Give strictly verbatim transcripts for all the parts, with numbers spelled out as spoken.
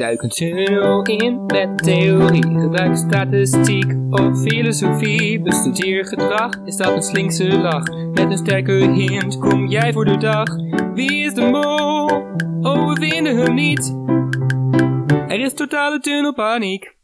Duik een tunnel in met theorie. Gebruik statistiek of filosofie. Bestudeer gedrag, is dat een slinkse lach? Met een sterke hint kom jij voor de dag. Wie is de mol? Oh, we vinden hem niet. Er is totale tunnelpaniek.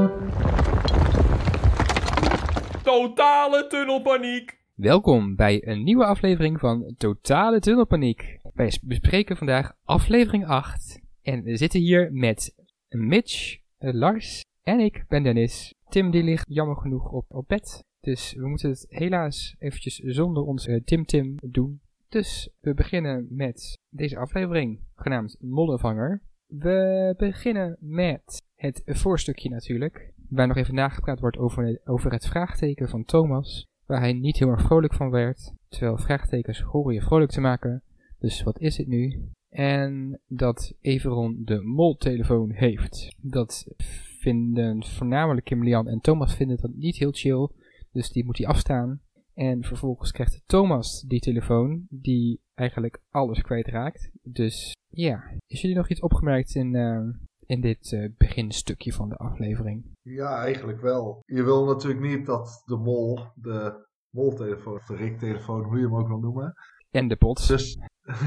Totale tunnelpaniek. Welkom bij een nieuwe aflevering van Totale Tunnelpaniek. Wij bespreken vandaag aflevering acht. En we zitten hier met Mitch, uh, Lars en ik ben Dennis. Tim die ligt jammer genoeg op, op bed. Dus we moeten het helaas eventjes zonder ons uh, Tim Tim doen. Dus we beginnen met deze aflevering, genaamd Mollenvanger. We beginnen met het voorstukje natuurlijk. Waar nog even nagepraat wordt over, over het vraagteken van Thomas. Waar hij niet heel erg vrolijk van werd. Terwijl vraagtekens horen je vrolijk te maken. Dus wat is het nu? En dat Everon de moltelefoon heeft. Dat vinden voornamelijk Kim Lian en Thomas vinden dat niet heel chill. Dus die moet hij afstaan. En vervolgens krijgt Thomas die telefoon die eigenlijk alles kwijtraakt. Dus ja, is jullie nog iets opgemerkt in, uh, in dit uh, beginstukje van de aflevering? Ja, eigenlijk wel. Je wil natuurlijk niet dat de mol, de moltelefoon of de riktelefoon, hoe je hem ook wil noemen. En de bots. Dus,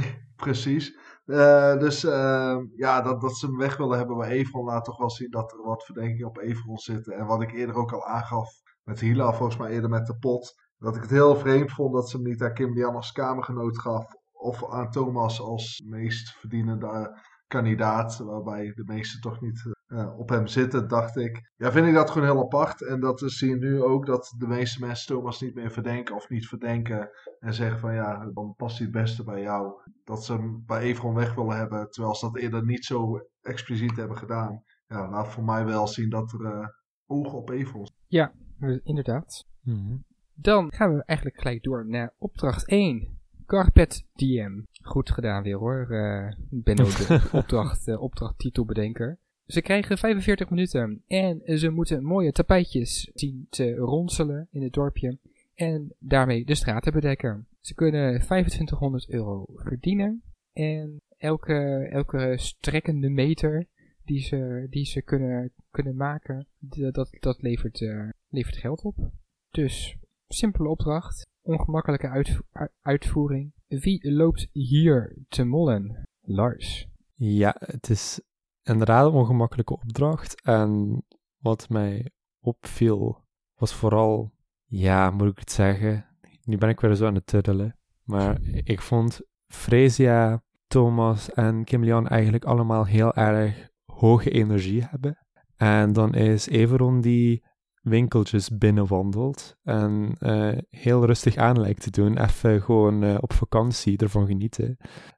precies. Uh, dus uh, ja, dat, dat ze hem weg willen hebben bij Everon laat toch wel zien dat er wat verdenkingen op Everon zitten. En wat ik eerder ook al aangaf met Hila, volgens mij eerder met de pot. Dat ik het heel vreemd vond dat ze hem niet aan Kim Lian als kamergenoot gaf. Of aan Thomas als meest verdienende kandidaat. Waarbij de meesten toch niet uh, op hem zitten, dacht ik. Ja, vind ik dat gewoon heel apart. En dat zie je nu ook dat de meeste mensen Thomas niet meer verdenken of niet verdenken. En zeggen van ja, dan past hij het beste bij jou. Dat ze hem bij Everon weg willen hebben. Terwijl ze dat eerder niet zo expliciet hebben gedaan. Ja, laat voor mij wel zien dat er uh, ogen op Everon zijn. Ja, inderdaad. Mm-hmm. Dan gaan we eigenlijk gelijk door naar opdracht één. Carpet D M. Goed gedaan weer hoor. Uh, ik ben ook de opdracht, uh, opdrachttitelbedenker. Ze krijgen vijfenveertig minuten en ze moeten mooie tapijtjes zien te ronselen in het dorpje. En daarmee de straten bedekken. Ze kunnen vijfentwintighonderd euro verdienen. En elke, elke strekkende meter die ze, die ze kunnen, kunnen maken, dat, dat levert, uh, levert geld op. Dus simpele opdracht. Ongemakkelijke uitvo- uitvoering. Wie loopt hier te mollen? Lars. Ja, het is inderdaad een ongemakkelijke opdracht. En wat mij opviel was vooral, ja, moet ik het zeggen, nu ben ik weer zo aan het tuddelen. Maar ik vond Freesia, Thomas en Kim Lian eigenlijk allemaal heel erg hoge energie hebben. En dan is Everon die winkeltjes binnenwandelt en uh, heel rustig aan lijkt te doen. Even gewoon uh, op vakantie ervan genieten.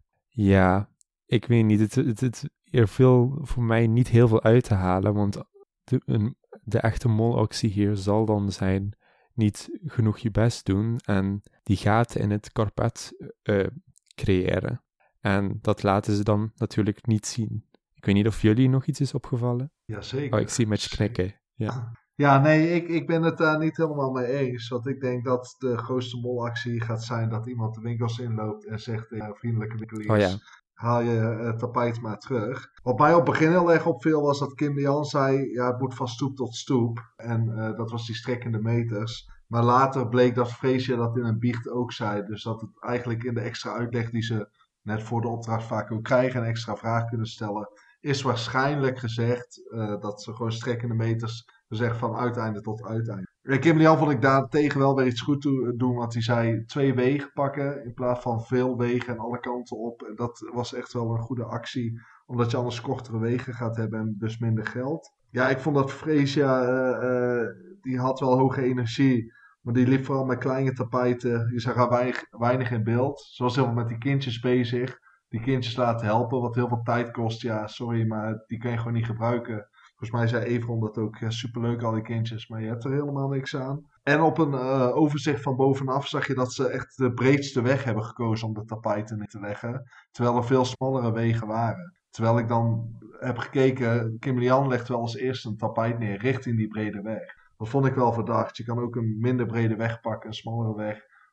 Ja, ik weet niet. Het, het, het, er viel voor mij niet heel veel uit te halen, want de, een, de echte molactie hier zal dan zijn niet genoeg je best doen en die gaten in het karpet uh, creëren. En dat laten ze dan natuurlijk niet zien. Ik weet niet of jullie nog iets is opgevallen? Jazeker. Oh, ik zie Mitch knikken. Ja. Ja, nee, ik, ik ben het daar niet helemaal mee eens. Want ik denk dat de grootste molactie gaat zijn dat iemand de winkels inloopt en zegt tegen vriendelijke winkeliers, oh, ja. haal je het tapijt maar terug. Wat mij op het begin heel erg opviel was dat Kim Lian zei, ja, het moet van stoep tot stoep. En uh, dat was die strekkende meters. Maar later bleek dat Freesia dat in een biecht ook zei. Dus dat het eigenlijk in de extra uitleg die ze net voor de opdracht vaak ook krijgen en extra vragen kunnen stellen, is waarschijnlijk gezegd uh, dat ze gewoon strekkende meters zeggen van uiteinde tot uiteinde. Kim Lian vond ik daartegen wel weer iets goed toe, doen, want hij zei twee wegen pakken in plaats van veel wegen en alle kanten op. En dat was echt wel een goede actie, omdat je anders kortere wegen gaat hebben en dus minder geld. Ja, ik vond dat Freesia, uh, uh, die had wel hoge energie, maar die liep vooral met kleine tapijten. Je zag haar weinig, weinig in beeld. Ze was heel veel met die kindjes bezig. Die kindjes laten helpen, wat heel veel tijd kost. Ja, sorry, maar die kun je gewoon niet gebruiken. Volgens mij zei Everon dat ook, ja, superleuk al die kindjes, maar je hebt er helemaal niks aan. En op een uh, overzicht van bovenaf zag je dat ze echt de breedste weg hebben gekozen om de tapijten neer te leggen. Terwijl er veel smallere wegen waren. Terwijl ik dan heb gekeken, Kim Lian legt wel als eerste een tapijt neer richting die brede weg. Dat vond ik wel verdacht. Je kan ook een minder brede weg pakken, een smallere weg.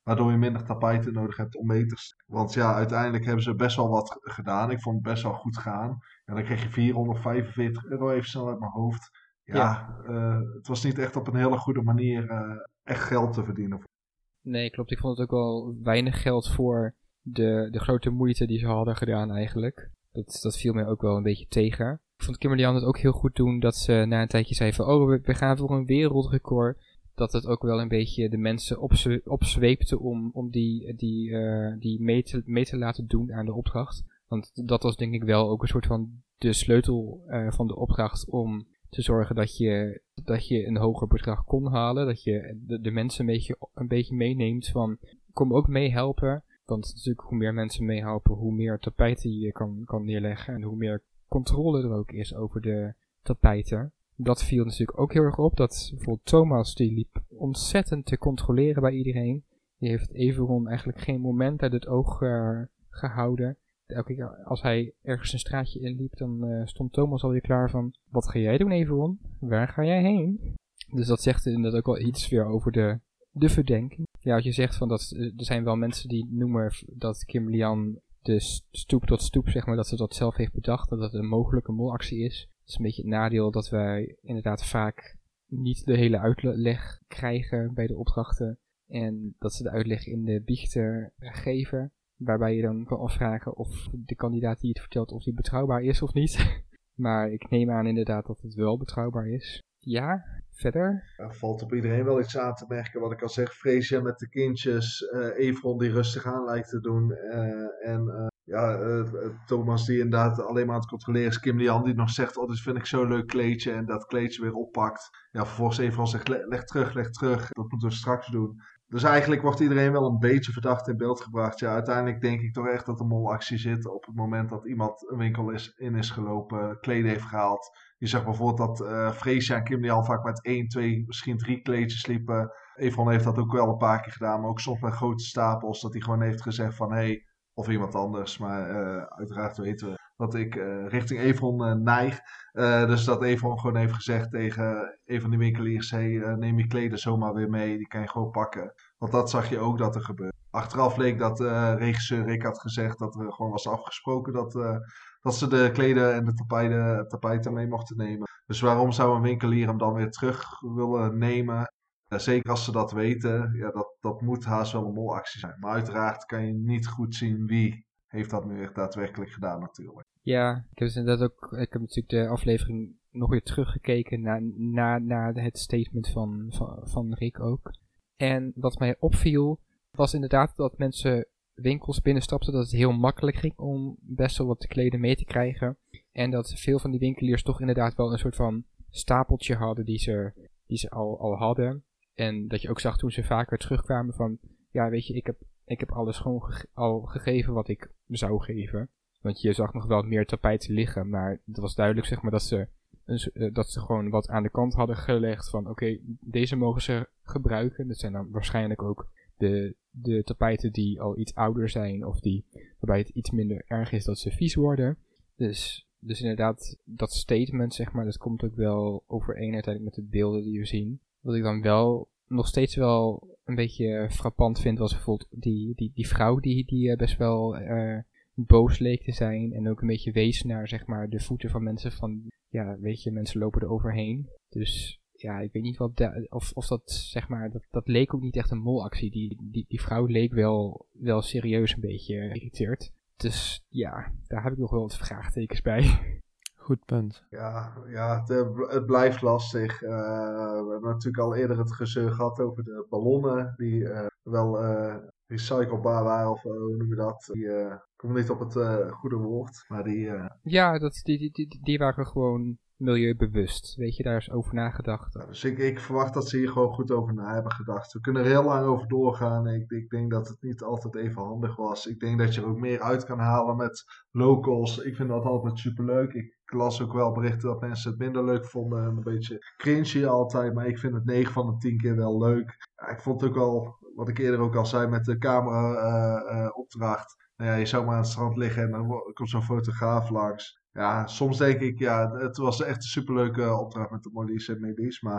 waardoor je minder tapijten nodig hebt om mee te staan. Want ja, uiteindelijk hebben ze best wel wat gedaan. Ik vond het best wel goed gaan. En dan kreeg je vierhonderdvijfenveertig euro even snel uit mijn hoofd. Ja, Ja. Uh, het was niet echt op een hele goede manier uh, echt geld te verdienen. Nee, klopt. Ik vond het ook wel weinig geld voor de, de grote moeite die ze hadden gedaan eigenlijk. Dat, dat viel mij ook wel een beetje tegen. Ik vond Kimberly Ann het ook heel goed doen dat ze na een tijdje zei van oh, we, we gaan voor een wereldrecord. Dat het ook wel een beetje de mensen opzwe- opzweepte om, om die, die, uh, die mee, te, mee te laten doen aan de opdracht. Want dat was denk ik wel ook een soort van de sleutel uh, van de opdracht om te zorgen dat je, dat je een hoger bedrag kon halen. Dat je de, de mensen een beetje, een beetje meeneemt van kom ook meehelpen. Want natuurlijk hoe meer mensen meehelpen, hoe meer tapijten je kan, kan neerleggen. En hoe meer controle er ook is over de tapijten. Dat viel natuurlijk ook heel erg op. Dat bijvoorbeeld Thomas, die liep ontzettend te controleren bij iedereen. Die heeft Everon eigenlijk geen moment uit het oog uh, gehouden. Elke keer als hij ergens een straatje inliep, dan uh, stond Thomas alweer klaar van wat ga jij doen, Everon? Waar ga jij heen? Dus dat zegt inderdaad ook wel iets weer over de, de verdenking. Ja, als je zegt van dat er zijn wel mensen die noemen dat Kimberly Ann de stoep tot stoep, zeg maar, dat ze dat zelf heeft bedacht, dat het een mogelijke molactie is. Dat is een beetje het nadeel dat wij inderdaad vaak niet de hele uitleg krijgen bij de opdrachten. En dat ze de uitleg in de biechten geven. Waarbij je dan kan afvragen of de kandidaat die het vertelt of die betrouwbaar is of niet. Maar ik neem aan inderdaad dat het wel betrouwbaar is. Ja, verder? Er valt op iedereen wel iets aan te merken. Wat ik al zeg, Freesia met de kindjes. Uh, Everon die rustig aan lijkt te doen. Uh, en uh, ja, uh, Thomas die inderdaad alleen maar aan het controleren is. Kimberly Ann die nog zegt, oh dit vind ik zo'n leuk kleedje. En dat kleedje weer oppakt. Ja, vervolgens Everon zegt, leg terug, leg terug. Dat moeten we straks doen. Dus eigenlijk wordt iedereen wel een beetje verdacht in beeld gebracht. Ja, uiteindelijk denk ik toch echt dat de molactie zit op het moment dat iemand een winkel is, in is gelopen, kleden heeft gehaald. Je zag bijvoorbeeld dat uh, Freesia en Kimberly Ann vaak met één, twee, misschien drie kleedjes liepen. Everon heeft dat ook wel een paar keer gedaan, maar ook soms met grote stapels. Dat hij gewoon heeft gezegd van, hé, hey, of iemand anders. Maar uh, uiteraard weten we dat ik uh, richting Everon uh, neig. Uh, dus dat Everon gewoon heeft gezegd tegen een van die winkeliers, hey, uh, neem je kleden zomaar weer mee, die kan je gewoon pakken. Want dat zag je ook dat er gebeurde. Achteraf bleek dat uh, regisseur Rick had gezegd dat er gewoon was afgesproken dat, uh, dat ze de kleden en de tapijten, tapijten mee mochten nemen. Dus waarom zou een winkelier hem dan weer terug willen nemen? Ja, zeker als ze dat weten, ja, dat, dat moet haast wel een molactie zijn. Maar uiteraard kan je niet goed zien wie heeft dat nu echt daadwerkelijk gedaan natuurlijk. Ja, ik heb, dus inderdaad ook, ik heb natuurlijk de aflevering nog weer teruggekeken naar na, na het statement van, van, van Rick ook. En wat mij opviel was inderdaad dat mensen winkels binnenstapten, dat het heel makkelijk ging om best wel wat te kleden mee te krijgen. En dat veel van die winkeliers toch inderdaad wel een soort van stapeltje hadden die ze, die ze al, al hadden. En dat je ook zag toen ze vaker terugkwamen van, ja weet je, ik heb, ik heb alles gewoon ge- al gegeven wat ik zou geven. Want je zag nog wel meer tapijten liggen, maar het was duidelijk zeg maar dat ze, een, dat ze gewoon wat aan de kant hadden gelegd van oké, okay, deze mogen ze gebruiken. Dat zijn dan waarschijnlijk ook de, de tapijten die al iets ouder zijn of die waarbij het iets minder erg is dat ze vies worden. Dus, dus inderdaad, dat statement zeg maar, dat komt ook wel overeen uiteindelijk met de beelden die we zien. Wat ik dan wel nog steeds wel een beetje frappant vind was bijvoorbeeld die, die, die vrouw die, die best wel uh, boos leek te zijn en ook een beetje wees naar zeg maar de voeten van mensen van, ja weet je, mensen lopen er overheen. Dus ja, ik weet niet wat da- of, of dat zeg maar, dat, dat leek ook niet echt een molactie. Die, die, die vrouw leek wel, wel serieus een beetje geïrriteerd. Dus ja, daar heb ik nog wel wat vraagtekens bij. Goed punt. Ja, ja het, het blijft lastig. Uh, we hebben natuurlijk al eerder het gezeur gehad over de ballonnen die uh, wel uh, recyclebaar waren, of uh, hoe noem je dat? Die uh, komen niet op het uh, goede woord, maar die... Uh... Ja, dat, die, die, die, die waren gewoon milieubewust. Weet je, daar is over nagedacht. Ja, dus ik, ik verwacht dat ze hier gewoon goed over na hebben gedacht. We kunnen er heel lang over doorgaan. Ik, ik denk dat het niet altijd even handig was. Ik denk dat je er ook meer uit kan halen met locals. Ik vind dat altijd superleuk. Ik las ook wel berichten dat mensen het minder leuk vonden. En een beetje cringy altijd. Maar ik vind het negen van de tien keer wel leuk. Ja, ik vond het ook al, wat ik eerder ook al zei met de camera uh, uh, opdracht. Nou ja, je zou maar aan het strand liggen en dan komt zo'n fotograaf langs. Ja, soms denk ik, ja, het was echt een superleuke opdracht met de Mollies en Medies. Maar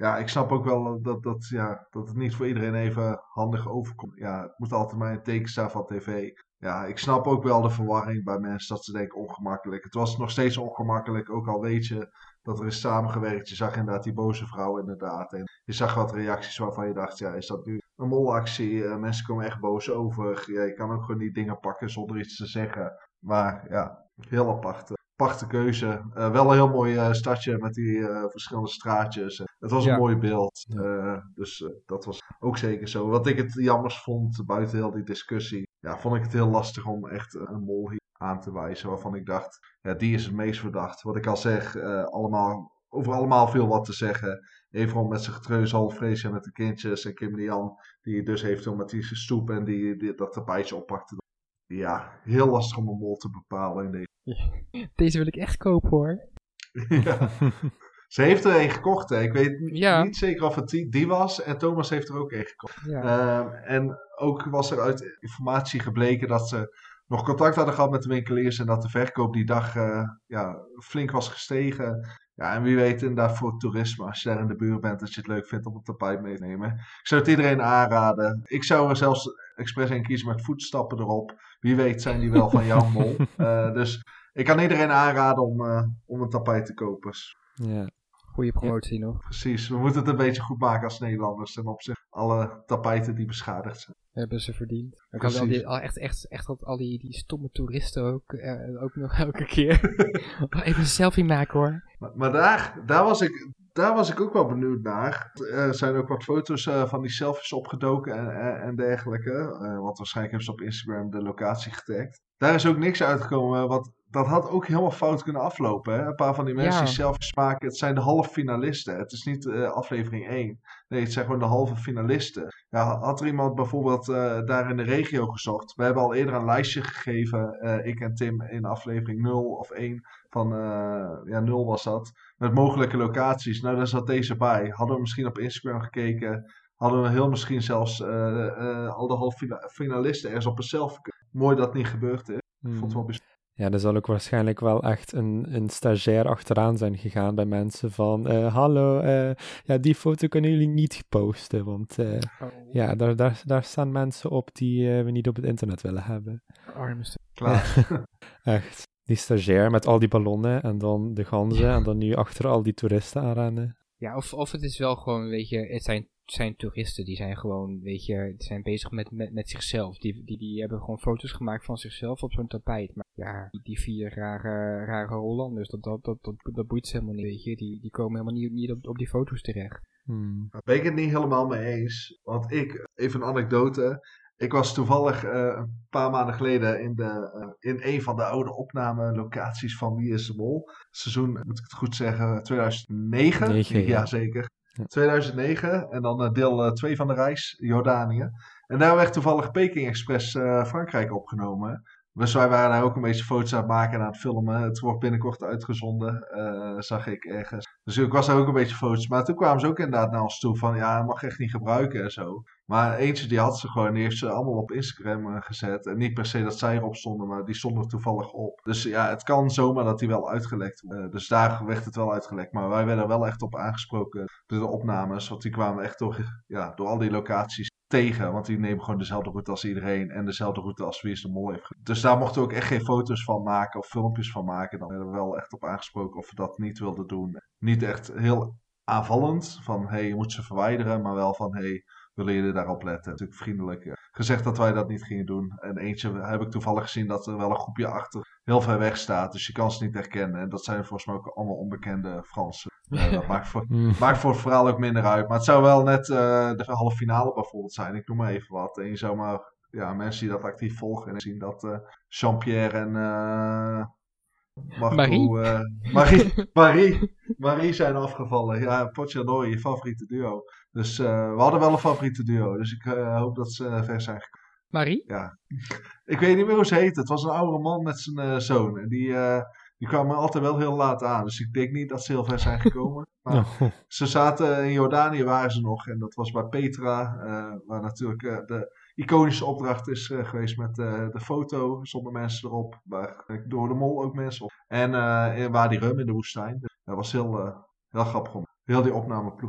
ja, ik snap ook wel dat, dat, ja, dat het niet voor iedereen even handig overkomt. Ja, het moet altijd maar een teken staan van tv. Ja, ik snap ook wel de verwarring bij mensen dat ze denken ongemakkelijk. Het was nog steeds ongemakkelijk, ook al weet je dat er is samengewerkt. Je zag inderdaad die boze vrouw inderdaad. En je zag wat reacties waarvan je dacht, ja, is dat nu een molactie? Uh, mensen komen echt boos over. Ja, je kan ook gewoon die dingen pakken zonder iets te zeggen. Maar ja, heel apart. Aparte keuze. Uh, wel een heel mooi uh, stadje met die uh, verschillende straatjes. Uh, het was ja. een mooi beeld. Uh, dus uh, dat was ook zeker zo. Wat ik het jammers vond, buiten heel die discussie, ja, vond ik het heel lastig om echt een mol hier aan te wijzen. Waarvan ik dacht, ja, die is het meest verdacht. Wat ik al zeg, uh, allemaal, over allemaal veel wat te zeggen. Evenal met zijn getreuzel, Freesia met de kindjes en Kim Lian, die dus heeft om met die stoep en die, die dat tapijtje oppakte. Ja, heel lastig om een mol te bepalen in deze. Deze wil ik echt kopen hoor. Ja. Ze heeft er een gekocht, hè. Ik weet ja. niet zeker of het die, die was. En Thomas heeft er ook een gekocht. Ja. Um, en ook was er uit informatie gebleken dat ze nog contact hadden gehad met de winkeliers. En dat de verkoop die dag uh, ja, flink was gestegen. Ja, en wie weet inderdaad voor toerisme. Als je daar in de buurt bent, dat je het leuk vindt om een tapijt mee te nemen. Ik zou het iedereen aanraden. Ik zou er zelfs expres een kiezen met voetstappen erop. Wie weet zijn die wel van jouw mol. Uh, dus ik kan iedereen aanraden om, uh, om een tapijt te kopen. Ja. Goeie promotie ja. nog. Precies, we moeten het een beetje goed maken als Nederlanders. Ten opzichte van alle tapijten die beschadigd zijn. Hebben ze verdiend. Ik had al die, al echt, echt, echt al, al die, die stomme toeristen ook, uh, ook nog elke keer. Even een selfie maken hoor. Maar, maar daar, daar, was ik, daar was ik ook wel benieuwd naar. Er zijn ook wat foto's uh, van die selfies opgedoken en, en, en dergelijke. Uh, want waarschijnlijk hebben ze op Instagram de locatie getagd. Daar is ook niks uitgekomen, want dat had ook helemaal fout kunnen aflopen. Hè? Een paar van die mensen ja. die selfies maken, het zijn de halve finalisten. Het is niet uh, aflevering één. Nee, het zijn gewoon de halve finalisten. Ja, had er iemand bijvoorbeeld uh, daar in de regio gezocht? We hebben al eerder een lijstje gegeven, uh, ik en Tim, in aflevering nul of één. Van, uh, ja, nul was dat. Met mogelijke locaties. Nou, daar zat deze bij. Hadden we misschien op Instagram gekeken. Hadden we heel misschien zelfs uh, uh, al de halve finalisten ergens op een selfie. Mooi dat het niet gebeurd is. Hmm. Ik vond het wel bijzonder. Ja, er zal ook waarschijnlijk wel echt een, een stagiair achteraan zijn gegaan bij mensen van uh, hallo, uh, ja, die foto kunnen jullie niet posten, want uh, oh. ja, daar, daar, daar staan mensen op die uh, we niet op het internet willen hebben. Armste. Klaar. Echt. Die stagiair met al die ballonnen en dan de ganzen ja. en dan nu achter al die toeristen aanrennen. Ja, of, of het is wel gewoon, weet je, het zijn, het zijn toeristen, die zijn gewoon, weet je, die zijn bezig met, met, met zichzelf. Die, die, die hebben gewoon foto's gemaakt van zichzelf op zo'n tapijt. Maar ja, die, die vier rare, rare Hollanders, dat, dat, dat, dat, dat boeit ze helemaal niet, weet je. Die, die komen helemaal niet, niet op, op die foto's terecht. Hmm. Daar ben ik het niet helemaal mee eens. Want ik, even een anekdote. Ik was toevallig uh, een paar maanden geleden in, de, uh, in een van de oude opnamelocaties van Wie is de Mol. Seizoen, moet ik het goed zeggen, tweeduizend negen? negen, ja. ja, zeker. Ja. tweeduizend negen en dan uh, deel twee uh, van de reis, Jordanië. En daar werd toevallig Peking Express uh, Frankrijk opgenomen. Dus wij waren daar ook een beetje foto's aan het maken en aan het filmen. Het wordt binnenkort uitgezonden, uh, zag ik ergens. Dus ik was daar ook een beetje foto's. Maar toen kwamen ze ook inderdaad naar ons toe van, ja, dat mag je echt niet gebruiken en zo. Maar eentje die had ze gewoon, die heeft ze allemaal op Instagram uh, gezet. En niet per se dat zij erop stonden, maar die stonden er toevallig op. Dus ja, het kan zomaar dat die wel uitgelekt wordt. Uh, dus daar werd het wel uitgelekt. Maar wij werden wel echt op aangesproken door de opnames. Want die kwamen echt door, ja, door al die locaties tegen, want die nemen gewoon dezelfde route als iedereen en dezelfde route als Wie is de Mol heeft gedaan. Dus daar mochten we ook echt geen foto's van maken of filmpjes van maken. Dan werden we wel echt op aangesproken of we dat niet wilden doen. Niet echt heel aanvallend van, hé, hey, je moet ze verwijderen, maar wel van, hé, hey, willen jullie daarop letten? Natuurlijk vriendelijk ja. gezegd dat wij dat niet gingen doen. En eentje heb ik toevallig gezien dat er wel een groepje achter heel ver weg staat, dus je kan ze niet herkennen. En dat zijn volgens mij ook allemaal onbekende Fransen. Uh, dat maakt voor, maakt voor het verhaal ook minder uit. Maar het zou wel net uh, de halve finale bijvoorbeeld zijn. Ik noem maar even wat. En je zou maar ja, mensen die dat actief volgen en zien dat uh, Jean-Pierre en uh, Marco, Marie? Uh, Marie, Marie, Marie zijn afgevallen. Ja, Pocciadori, je favoriete duo. Dus uh, we hadden wel een favoriete duo. Dus ik uh, hoop dat ze uh, ver zijn gekomen. Marie? Ja. Ik weet niet meer hoe ze heet. Het was een oude man met zijn uh, zoon. En die... Uh, Die kwamen altijd wel heel laat aan. Dus ik denk niet dat ze heel ver zijn gekomen. Maar oh. Ze zaten in Jordanië waren ze nog. En dat was bij Petra. Uh, waar natuurlijk uh, de iconische opdracht is uh, geweest met uh, de foto. Zonder mensen erop. Waar uh, door de mol ook mensen op. En uh, in Wadi Rum in de woestijn. Dus dat was heel, uh, heel grappig om heel die opnameploeg te zien.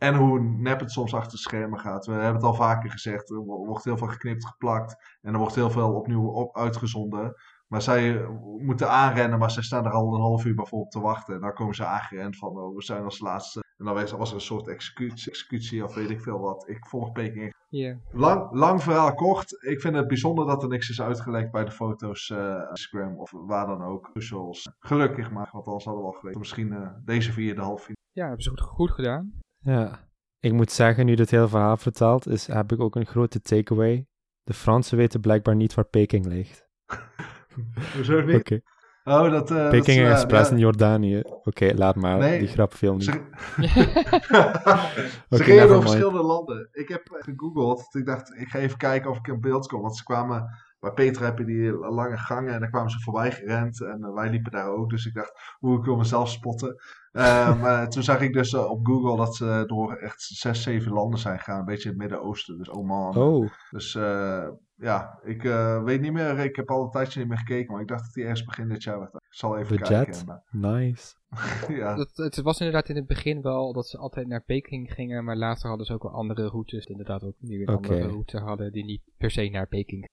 En hoe nep het soms achter de schermen gaat. We hebben het al vaker gezegd. Er wordt heel veel geknipt, geplakt. En er wordt heel veel opnieuw op uitgezonden. Maar zij moeten aanrennen, maar zij staan er al een half uur bijvoorbeeld te wachten. En dan komen ze aangerend van, oh, we zijn als laatste. En dan was er een soort executie, executie of weet ik veel wat. Ik volg Peking. Yeah. Lang, lang verhaal kort. Ik vind het bijzonder dat er niks is uitgelekt bij de foto's uh, Instagram of waar dan ook. Socials. Gelukkig maar, want anders hadden we al geweten. Misschien uh, deze vier de halve finale. Ja, hebben ze goed, goed gedaan. Ja, ik moet zeggen, nu dit hele verhaal vertelt, is, heb ik ook een grote takeaway. De Fransen weten blijkbaar niet waar Peking ligt. Hoezo niet? Oké. Okay. Oh, dat... Uh, Peking dat, uh, Express ja. in Jordanië. Oké, okay, laat maar. Nee. Die grap viel niet. Ze, okay, ze gingen door verschillende landen. Ik heb gegoogeld. Ik dacht, ik ga even kijken of ik in beeld kom. Want ze kwamen... Bij Petra heb je die lange gangen en daar kwamen ze voorbij gerend. En uh, wij liepen daar ook. Dus ik dacht, hoe ik wil mezelf spotten. Uh, maar toen zag ik dus uh, op Google dat ze door echt zes, zeven landen zijn gegaan. Een beetje in het Midden-Oosten. Dus Oman. Oh. Dus uh, ja, ik uh, weet niet meer. Ik heb al een tijdje niet meer gekeken. Maar ik dacht dat die ergens begin dit jaar werd. Ik zal even The kijken. Jet? Maar... Nice. ja. dat, het was inderdaad in het begin wel dat ze altijd naar Peking gingen. Maar later hadden ze ook wel andere routes. Inderdaad ook nu een okay. andere route hadden die niet per se naar Peking.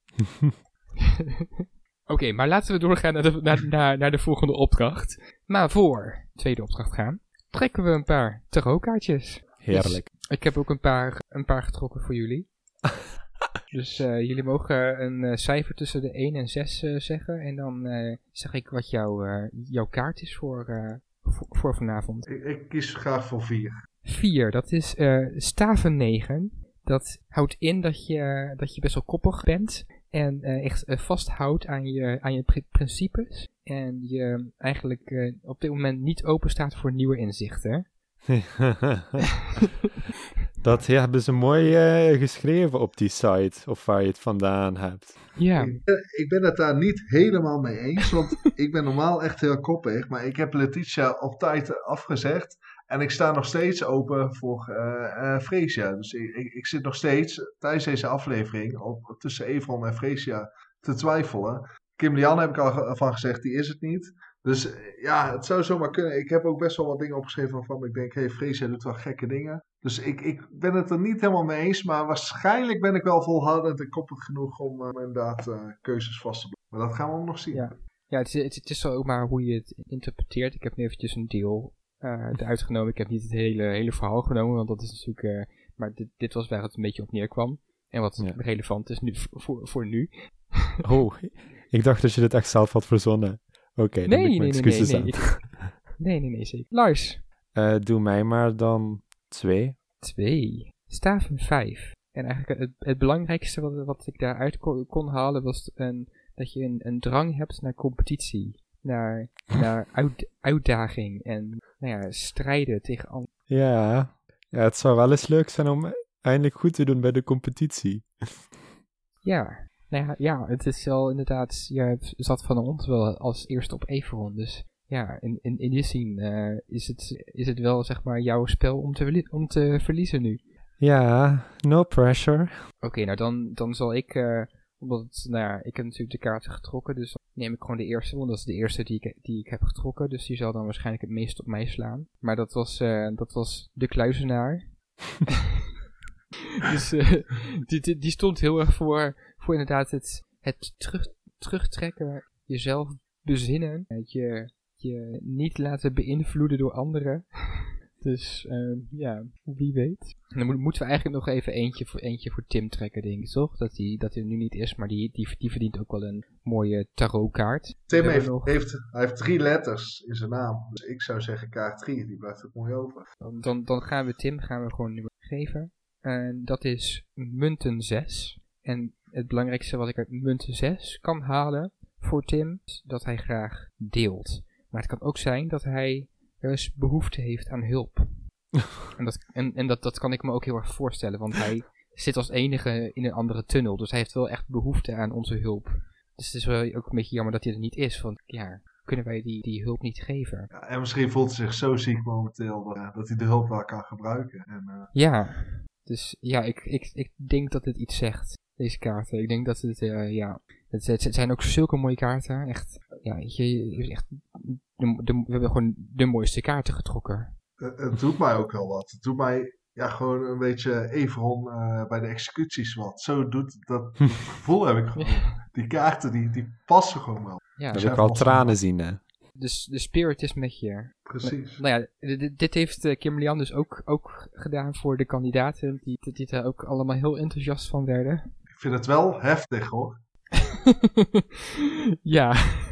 Oké, okay, maar laten we doorgaan naar de, naar, naar, naar de volgende opdracht. Maar voor de tweede opdracht gaan, trekken we een paar tarotkaartjes. Heerlijk. Dus ik heb ook een paar, een paar getrokken voor jullie. Dus uh, jullie mogen een uh, cijfer tussen de één en zes uh, zeggen. En dan uh, zeg ik wat jouw, uh, jouw kaart is voor, uh, voor, voor vanavond. Ik, ik kies graag voor vier. vier, dat is uh, staven negen. Dat houdt in dat je, dat je best wel koppig bent. En uh, echt uh, vasthoudt aan je, aan je pr- principes. En je eigenlijk uh, op dit moment niet open staat voor nieuwe inzichten. Dat ja, hebben ze mooi uh, geschreven op die site. Of waar je het vandaan hebt. Ja. Ik ben, ik ben het daar niet helemaal mee eens. Want ik ben normaal echt heel koppig. Maar ik heb Letitia op tijd afgezegd. En ik sta nog steeds open voor uh, uh, Freesia. Dus ik, ik, ik zit nog steeds tijdens deze aflevering op, tussen Evron en Freesia te twijfelen. Kim Lian heb ik al van gezegd, die is het niet. Dus ja, het zou zomaar kunnen. Ik heb ook best wel wat dingen opgeschreven waarvan ik denk, hé, hey, Freesia doet wel gekke dingen. Dus ik, ik ben het er niet helemaal mee eens. Maar waarschijnlijk ben ik wel volhardend en koppig genoeg om uh, inderdaad uh, keuzes vast te blijven. Maar dat gaan we nog zien. Ja, ja het, is, het is zo ook maar hoe je het interpreteert. Ik heb nu eventjes een deel... Uh, eruit genomen. Ik heb niet het hele, hele verhaal genomen, want dat is natuurlijk... Uh, maar dit, dit was waar het een beetje op neerkwam. En wat ja. relevant is nu voor, voor nu. Oh, ik dacht dat je dit echt zelf had verzonnen. Oké, okay, nee, dan heb ik mijn nee, excuses nee, nee, aan. Nee, nee, nee, zeker. Lars. Uh, doe mij maar dan twee. Twee. Staven vijf. En eigenlijk het, het belangrijkste wat, wat ik daaruit kon, kon halen was een, dat je een, een drang hebt naar competitie. Naar, naar uit, uitdaging en nou ja, strijden tegen anderen. Ja, ja, het zou wel eens leuk zijn om eindelijk goed te doen bij de competitie. Ja, nou ja, ja het is wel inderdaad, je zat van ons wel als eerste op Everon, dus ja, in, in, in die zin uh, is, het, is het wel zeg maar jouw spel om te, om te verliezen nu. Ja, no pressure. Oké, okay, nou dan, dan zal ik... Uh, Omdat het, nou ja, ik heb natuurlijk de kaarten getrokken, dus dan neem ik gewoon de eerste, want dat is de eerste die ik, die ik heb getrokken, dus die zal dan waarschijnlijk het meest op mij slaan. Maar dat was, uh, dat was de kluizenaar. Dus uh, die, die, die stond heel erg voor, voor inderdaad het, het terug, terugtrekken, jezelf bezinnen, je, je niet laten beïnvloeden door anderen. Dus uh, ja, wie weet. En dan mo- moeten we eigenlijk nog even eentje voor, eentje voor Tim trekken, denk ik, toch? Dat hij dat er nu niet is, maar die, die, die verdient ook wel een mooie tarotkaart. Tim heeft, nog... heeft, hij heeft drie letters in zijn naam. Dus ik zou zeggen kaart drie, die blijft ook mooi over. Dan, dan, dan gaan we Tim gaan we gewoon nu geven. En dat is munten zes. En het belangrijkste wat ik uit munten zes kan halen voor Tim, is dat hij graag deelt. Maar het kan ook zijn dat hij er eens behoefte heeft aan hulp. en dat, en, en dat, dat kan ik me ook heel erg voorstellen, want hij zit als enige in een andere tunnel, dus hij heeft wel echt behoefte aan onze hulp. Dus het is wel ook een beetje jammer dat hij er niet is, want ja, kunnen wij die, die hulp niet geven. Ja, en misschien voelt hij zich zo ziek momenteel, dat, uh, dat hij de hulp wel kan gebruiken. En, uh... Ja, dus ja, ik, ik, ik denk dat het iets zegt, deze kaarten. Ik denk dat het, uh, ja, het, het zijn ook zulke mooie kaarten, echt, ja, je, echt... De, de, we hebben gewoon de mooiste kaarten getrokken. Het, het doet mij ook wel wat. Het doet mij ja, gewoon een beetje Everon uh, bij de executies wat. Zo doet dat, dat gevoel heb ik gewoon. Die kaarten, die, die passen gewoon wel. Ja, dat heb ik al tranen zien, hè. Dus de spirit is met je. Precies. Maar, nou ja, dit, dit heeft uh, Kimberly Ann dus ook, ook gedaan voor de kandidaten. Die, die daar ook allemaal heel enthousiast van werden. Ik vind het wel heftig, hoor. Ja,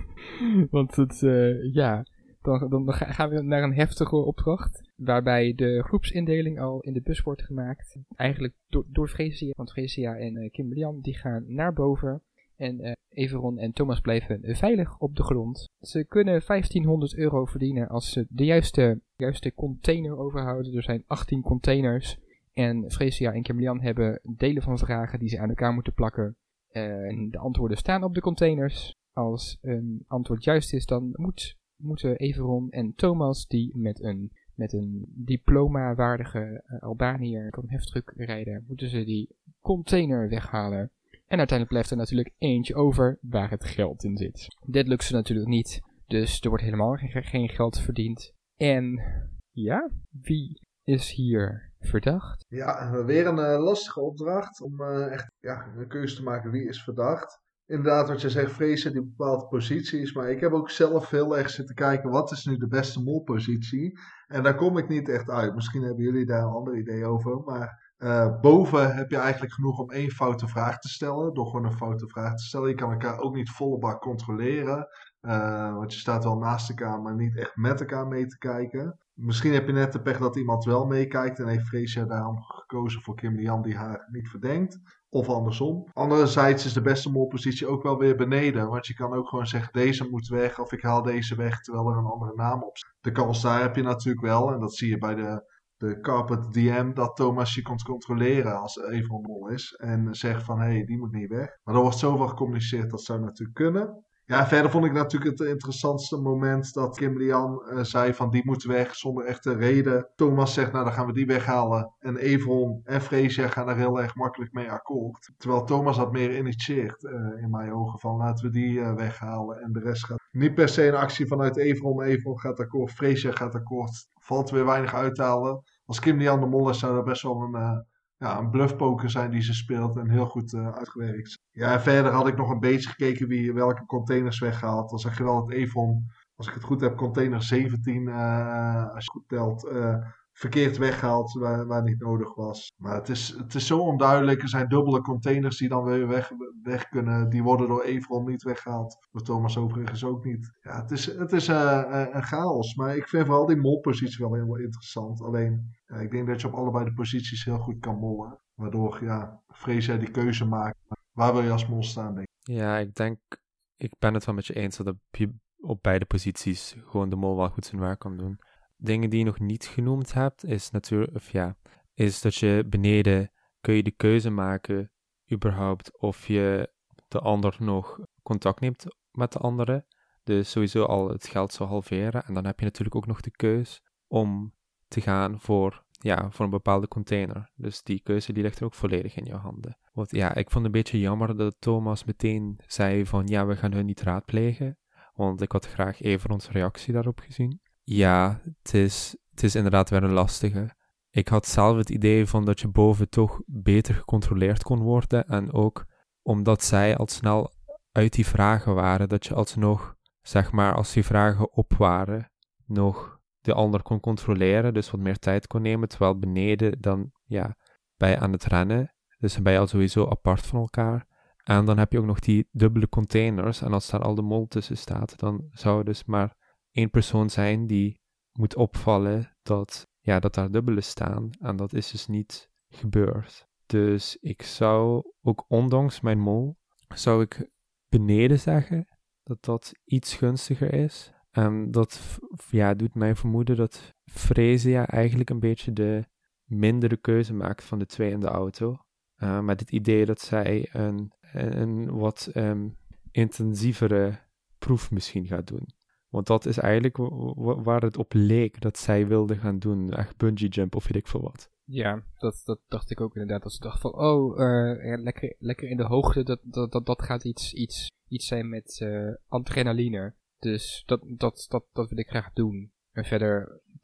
want het, uh, ja, dan, dan gaan we naar een heftige opdracht. Waarbij de groepsindeling al in de bus wordt gemaakt. Eigenlijk door, door Freesia. Want Freesia en uh, Kimberly Ann die gaan naar boven. En uh, Everon en Thomas blijven veilig op de grond. Ze kunnen vijftienhonderd euro verdienen als ze de juiste, juiste container overhouden. Er zijn achttien containers. En Freesia en Kimberly Ann hebben delen van vragen die ze aan elkaar moeten plakken. Uh, de antwoorden staan op de containers. Als een antwoord juist is, dan moet, moeten Everon en Thomas, die met een, met een diploma-waardige uh, Albaniër kan heftruck rijden, moeten ze die container weghalen. En uiteindelijk blijft er natuurlijk eentje over waar het geld in zit. Dit lukt ze natuurlijk niet, dus er wordt helemaal geen, geen geld verdiend. En ja, wie is hier verdacht? Ja, weer een uh, lastige opdracht om uh, echt ja, een keuze te maken wie is verdacht. Inderdaad, wat je zegt, Freesia die bepaalde posities. Maar ik heb ook zelf heel erg zitten kijken, wat is nu de beste molpositie? En daar kom ik niet echt uit. Misschien hebben jullie daar een ander idee over. Maar uh, boven heb je eigenlijk genoeg om één foute vraag te stellen. Door gewoon een foute vraag te stellen. Je kan elkaar ook niet volle bak controleren. Uh, want je staat wel naast elkaar, maar niet echt met elkaar mee te kijken. Misschien heb je net de pech dat iemand wel meekijkt. En heeft Freesia daarom gekozen voor Kimberly Ann die haar niet verdenkt. Of andersom. Anderzijds is de beste molpositie ook wel weer beneden. Want je kan ook gewoon zeggen, deze moet weg. Of ik haal deze weg, terwijl er een andere naam op staat. De kans daar heb je natuurlijk wel. En dat zie je bij de, de Carpet D M. Dat Thomas je kunt controleren als er even een mol is. En zegt van, hé, hey, die moet niet weg. Maar er wordt zoveel gecommuniceerd, dat zou natuurlijk kunnen. Ja, verder vond ik natuurlijk het interessantste moment dat Kimberly Ann uh, zei van die moet weg zonder echte reden. Thomas zegt nou dan gaan we die weghalen. En Everon en Freesia gaan daar heel erg makkelijk mee akkoord. Terwijl Thomas dat meer initieert uh, in mijn ogen van laten we die uh, weghalen. En de rest gaat niet per se een actie vanuit Everon. Everon gaat akkoord, Freesia gaat akkoord. Valt weer weinig uit te halen. Als Kimberly Ann de mol is zou dat best wel een... Uh, Ja, een bluffpoker zijn die ze speelt en heel goed uh, uitgewerkt. Ja, en verder had ik nog een beetje gekeken wie welke containers weggehaald. Dan zag je wel dat Everon, als ik het goed heb, container zeventien, uh, als je goed telt, uh, verkeerd weggehaald waar, waar niet nodig was. Maar het is, het is zo onduidelijk. Er zijn dubbele containers die dan weer weg, weg kunnen. Die worden door Everon niet weggehaald. Door Thomas overigens ook niet. Ja, het is, het is uh, uh, een chaos. Maar ik vind vooral die molpositie wel heel interessant. Alleen, ja, ik denk dat je op allebei de posities heel goed kan mollen. Waardoor, ja, Freesia die keuze maakt. Waar wil je als mol staan, denk ik? Ja, ik denk, ik ben het wel met je eens dat je op beide posities gewoon de mol wel goed zijn werk kan doen. Dingen die je nog niet genoemd hebt, is natuurlijk, of ja, is dat je beneden kun je de keuze maken, überhaupt, of je de ander nog contact neemt met de andere. Dus sowieso al het geld zou halveren. En dan heb je natuurlijk ook nog de keus om te gaan voor, ja, voor een bepaalde container. Dus die keuze die ligt er ook volledig in jouw handen. Want ja, ik vond het een beetje jammer dat Thomas meteen zei van, ja, we gaan hun niet raadplegen. Want ik had graag even onze reactie daarop gezien. Ja, het is, het is inderdaad weer een lastige. Ik had zelf het idee van dat je boven toch beter gecontroleerd kon worden. En ook omdat zij al snel uit die vragen waren, dat je alsnog, zeg maar, als die vragen op waren, nog de ander kon controleren. Dus wat meer tijd kon nemen. Terwijl beneden dan, ja, ben je aan het rennen. Dus dan ben je al sowieso apart van elkaar. En dan heb je ook nog die dubbele containers. En als daar al de mol tussen staat, dan zou er dus maar één persoon zijn die moet opvallen dat, ja, dat daar dubbele staan. En dat is dus niet gebeurd. Dus ik zou, ook ondanks mijn mol, zou ik beneden zeggen dat dat iets gunstiger is. En dat, ja, doet mij vermoeden dat Freesia eigenlijk een beetje de mindere keuze maakt van de twee in de auto. Uh, met het idee dat zij een, een wat um, intensievere proef misschien gaat doen. Want dat is eigenlijk w- w- waar het op leek dat zij wilde gaan doen. Echt bungee jump of weet ik veel wat. Ja, dat, dat dacht ik ook inderdaad. Als ik dacht van, oh, uh, ja, lekker, lekker in de hoogte, dat, dat, dat, dat gaat iets, iets, iets zijn met uh, adrenaline. Dus dat, dat, dat, dat wil ik graag doen. En verder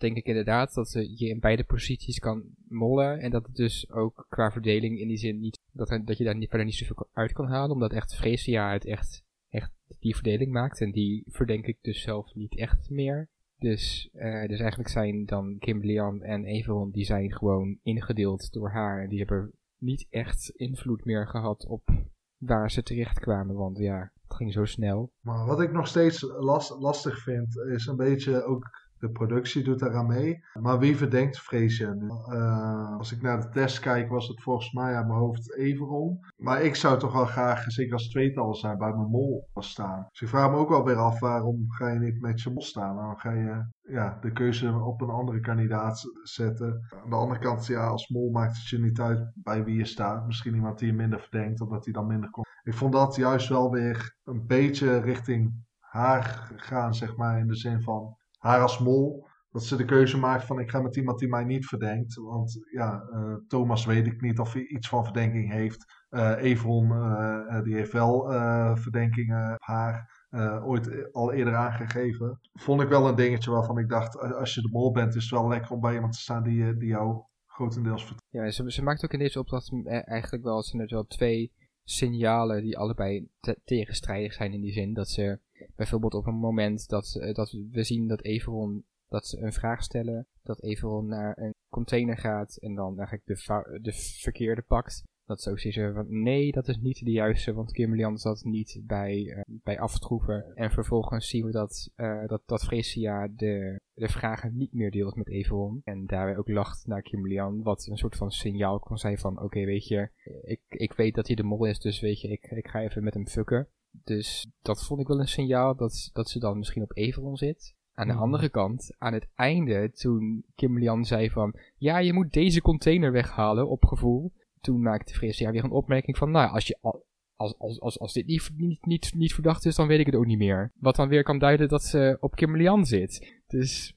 denk ik inderdaad dat je in beide posities kan mollen. En dat het dus ook qua verdeling in die zin niet, dat, er, dat je daar niet, verder niet zoveel uit kan halen. Omdat echt Freesia het echt, echt die verdeling maakt. En die verdenk ik dus zelf niet echt meer. Dus, uh, dus eigenlijk zijn dan Kim Lian en Everon, die zijn gewoon ingedeeld door haar. En die hebben niet echt invloed meer gehad op waar ze terecht kwamen. Want ja, het ging zo snel. Maar wat ik nog steeds last, lastig vind, is een beetje ook de productie doet daaraan mee. Maar wie verdenkt Freesia nu? Uh, als ik naar de test kijk, was het volgens mij aan mijn hoofd Everon. Maar ik zou toch wel graag, zeker als tweetal zijn, bij mijn mol staan. Dus ik vraag me ook wel weer af, waarom ga je niet met je mol staan? Waarom ga je ja, de keuze op een andere kandidaat zetten? Aan de andere kant, ja, als mol maakt het je niet uit bij wie je staat. Misschien iemand die je minder verdenkt, omdat hij dan minder komt. Ik vond dat juist wel weer een beetje richting haar gaan, zeg maar, in de zin van haar als mol, dat ze de keuze maakt van ik ga met iemand die mij niet verdenkt. Want ja, uh, Thomas weet ik niet of hij iets van verdenking heeft. Uh, Everon, uh, die heeft wel uh, verdenkingen op haar uh, ooit al eerder aangegeven. Vond ik wel een dingetje waarvan ik dacht, als je de mol bent, is het wel lekker om bij iemand te staan die, die jou grotendeels vertrouwt. Ja, ze, ze maakt ook in deze opdracht eigenlijk wel, zijn er wel twee signalen die allebei te- tegenstrijdig zijn in die zin. Dat ze bijvoorbeeld op een moment dat, uh, dat we zien dat Everon, dat ze een vraag stellen, dat Everon naar een container gaat en dan eigenlijk de, va- de verkeerde pakt. Dat ze ook zeggen van nee, dat is niet de juiste, want Kim Lian zat niet bij, uh, bij aftroeven. En vervolgens zien we dat, uh, dat, dat Freesia de, de vragen niet meer deelt met Everon. En daarbij ook lacht naar Kim Lian, wat een soort van signaal kon zijn van oké, okay, weet je, ik, ik weet dat hij de mol is, dus weet je, ik, ik ga even met hem fucken. Dus dat vond ik wel een signaal dat, dat ze dan misschien op Everon zit. Aan de andere kant, aan het einde, toen Kim Lian zei van ja, je moet deze container weghalen op gevoel. Toen maakte Freesia weer een opmerking van nou, als, je, als, als, als, als dit niet, niet, niet, niet verdacht is, dan weet ik het ook niet meer. Wat dan weer kan duiden dat ze op Kim Lian zit. Dus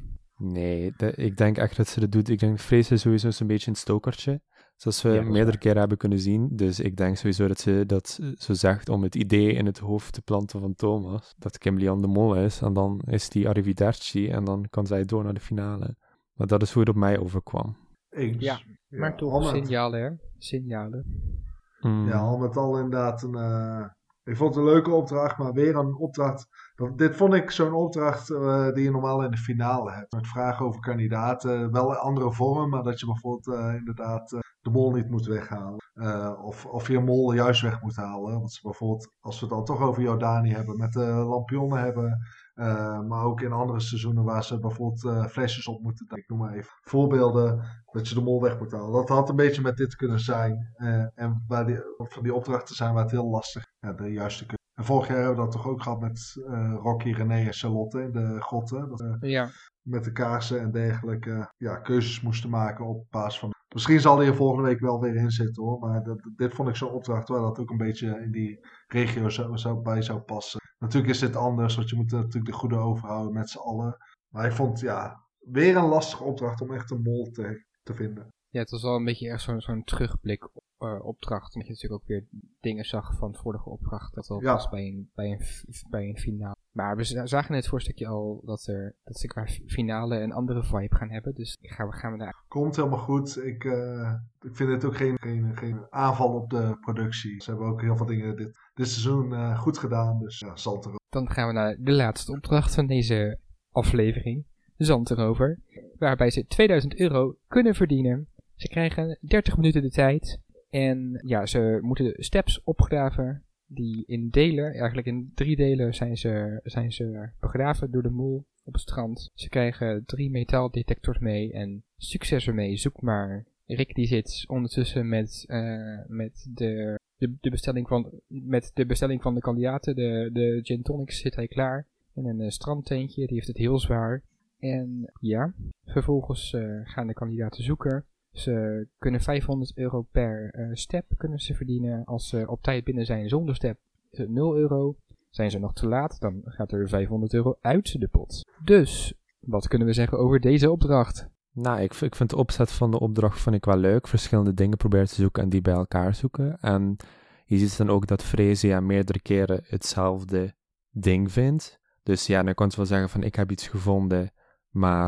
nee, de, ik denk echt dat ze dat doet. Ik denk Freesia sowieso is een beetje een stokertje. Zoals we Ja, meerdere keren hebben kunnen zien. Dus ik denk sowieso dat ze dat zo zegt om het idee in het hoofd te planten van Thomas. Dat Kim Lian de mol is. En dan is die arrivederci. En dan kan zij door naar de finale. Maar dat is hoe het op mij overkwam. Eens. ja, Ja, maar toch al met- signalen, hè? Signalen. Mm. Ja, al met al inderdaad een... Uh, ik vond het een leuke opdracht, maar weer een opdracht... Dat, dit vond ik zo'n opdracht uh, die je normaal in de finale hebt. Met vragen over kandidaten. Wel in andere vormen, maar dat je bijvoorbeeld uh, inderdaad uh, de mol niet moet weghalen. Uh, of, of je mol juist weg moet halen. Want ze bijvoorbeeld, als we het dan toch over Jordani hebben, met de uh, lampionnen hebben... Uh, maar ook in andere seizoenen waar ze bijvoorbeeld uh, flesjes op moeten. Ik noem maar even voorbeelden dat je de mol weg moet halen. Dat had een beetje met dit kunnen zijn. Uh, en waar die, van die opdrachten zijn waar het heel lastig ja, de juiste keuze. En vorig jaar hebben we dat toch ook gehad met uh, Rocky, René en Charlotte in de grotten. Dat, uh, Ja. met de kaarsen en dergelijke uh, ja, keuzes moesten maken op basis van... Misschien zal hij er volgende week wel weer in zitten hoor. Maar dat, dit vond ik zo'n opdracht waar dat ook een beetje in die regio zo, zo bij zou passen. Natuurlijk is dit anders, want je moet natuurlijk de goede overhouden met z'n allen. Maar ik vond, ja, weer een lastige opdracht om echt een mol te, te vinden. Ja, het was wel een beetje echt zo'n, zo'n terugblik op, uh, opdracht. Omdat je natuurlijk ook weer dingen zag van de vorige opdracht. Dat al Ja. was bij een, bij, een, bij een finale. Maar we zagen net voor een stukje al dat, er, dat ze qua finale een andere vibe gaan hebben. Dus gaan we, gaan we daar... Komt helemaal goed. Ik, uh, ik vind dit ook geen, geen, geen aanval op de productie. Ze hebben ook heel veel dingen dit, dit seizoen uh, goed gedaan. Dus ja, zal het erop. Dan gaan we naar de laatste opdracht van deze aflevering. Zand erover. Waarbij ze tweeduizend euro kunnen verdienen. Ze krijgen dertig minuten de tijd. En ja, ze moeten steps opgraven. Die in delen, eigenlijk in drie delen, zijn ze, zijn ze begraven door de mol op het strand. Ze krijgen drie metaaldetectors mee. En succes ermee, zoek maar. Rick die zit ondertussen met, uh, met de, de, de bestelling van, met de bestelling van de kandidaten. De, de gin tonics zit hij klaar. In een uh, strandtentje, die heeft het heel zwaar. En ja, vervolgens uh, gaan de kandidaten zoeken. Ze kunnen vijfhonderd euro per uh, step kunnen ze verdienen. Als ze op tijd binnen zijn zonder step, is het nul euro. Zijn ze nog te laat, dan gaat er vijfhonderd euro uit de pot. Dus, wat kunnen we zeggen over deze opdracht? Nou, ik, ik vind de opzet van de opdracht vond ik wel leuk. Verschillende dingen proberen te zoeken en die bij elkaar zoeken. En je ziet dan ook dat Freesia meerdere keren hetzelfde ding vindt. Dus ja, dan kan ze wel zeggen van ik heb iets gevonden, maar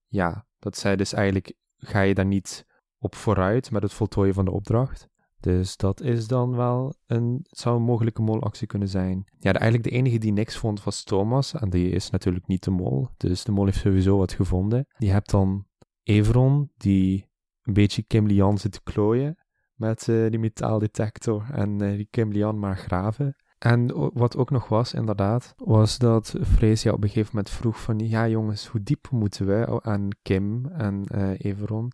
ja, dat zij dus eigenlijk, ga je daar niet op vooruit met het voltooien van de opdracht. Dus dat is dan wel een, het zou een mogelijke molactie kunnen zijn. Ja, de, eigenlijk de enige die niks vond was Thomas, en die is natuurlijk niet de mol. Dus de mol heeft sowieso wat gevonden. Je hebt dan Everon, die een beetje Kim Lian zit te klooien met uh, die metaaldetector en uh, die Kim Lian maar graven. En o- wat ook nog was, inderdaad, was dat Freesia op een gegeven moment vroeg van, ja jongens, hoe diep moeten we aan Kim en uh, Everon?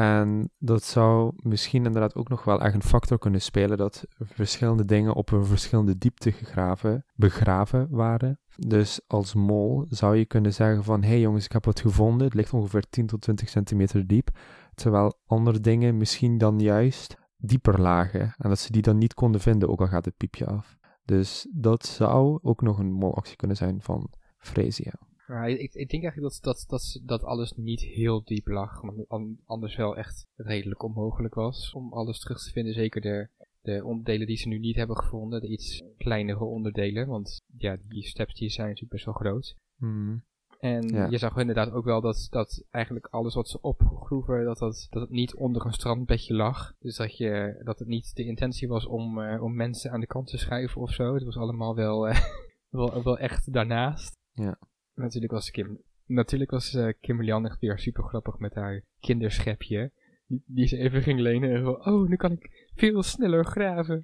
En dat zou misschien inderdaad ook nog wel echt een factor kunnen spelen dat verschillende dingen op een verschillende diepte gegraven, begraven waren. Dus als mol zou je kunnen zeggen van, hé hey jongens, ik heb wat gevonden, het ligt ongeveer tien tot twintig centimeter diep, terwijl andere dingen misschien dan juist dieper lagen en dat ze die dan niet konden vinden, ook al gaat het piepje af. Dus dat zou ook nog een molactie kunnen zijn van Freesia. Maar ik, ik denk eigenlijk dat, dat, dat, dat alles niet heel diep lag, maar anders wel echt redelijk onmogelijk was om alles terug te vinden. Zeker de, de onderdelen die ze nu niet hebben gevonden, de iets kleinere onderdelen, want ja, die steps die zijn natuurlijk best wel groot. Hmm. En ja. je zag inderdaad ook wel dat, dat eigenlijk alles wat ze opgroeven, dat, dat, dat het niet onder een strandbedje lag. Dus dat, je, dat het niet de intentie was om, uh, om mensen aan de kant te schuiven of zo. Het was allemaal wel, uh, wel, wel echt daarnaast. Ja. Natuurlijk was Kim, natuurlijk was uh, Kim Lian echt weer super grappig met haar kinderschepje. Die, die ze even ging lenen en van, oh, nu kan ik veel sneller graven.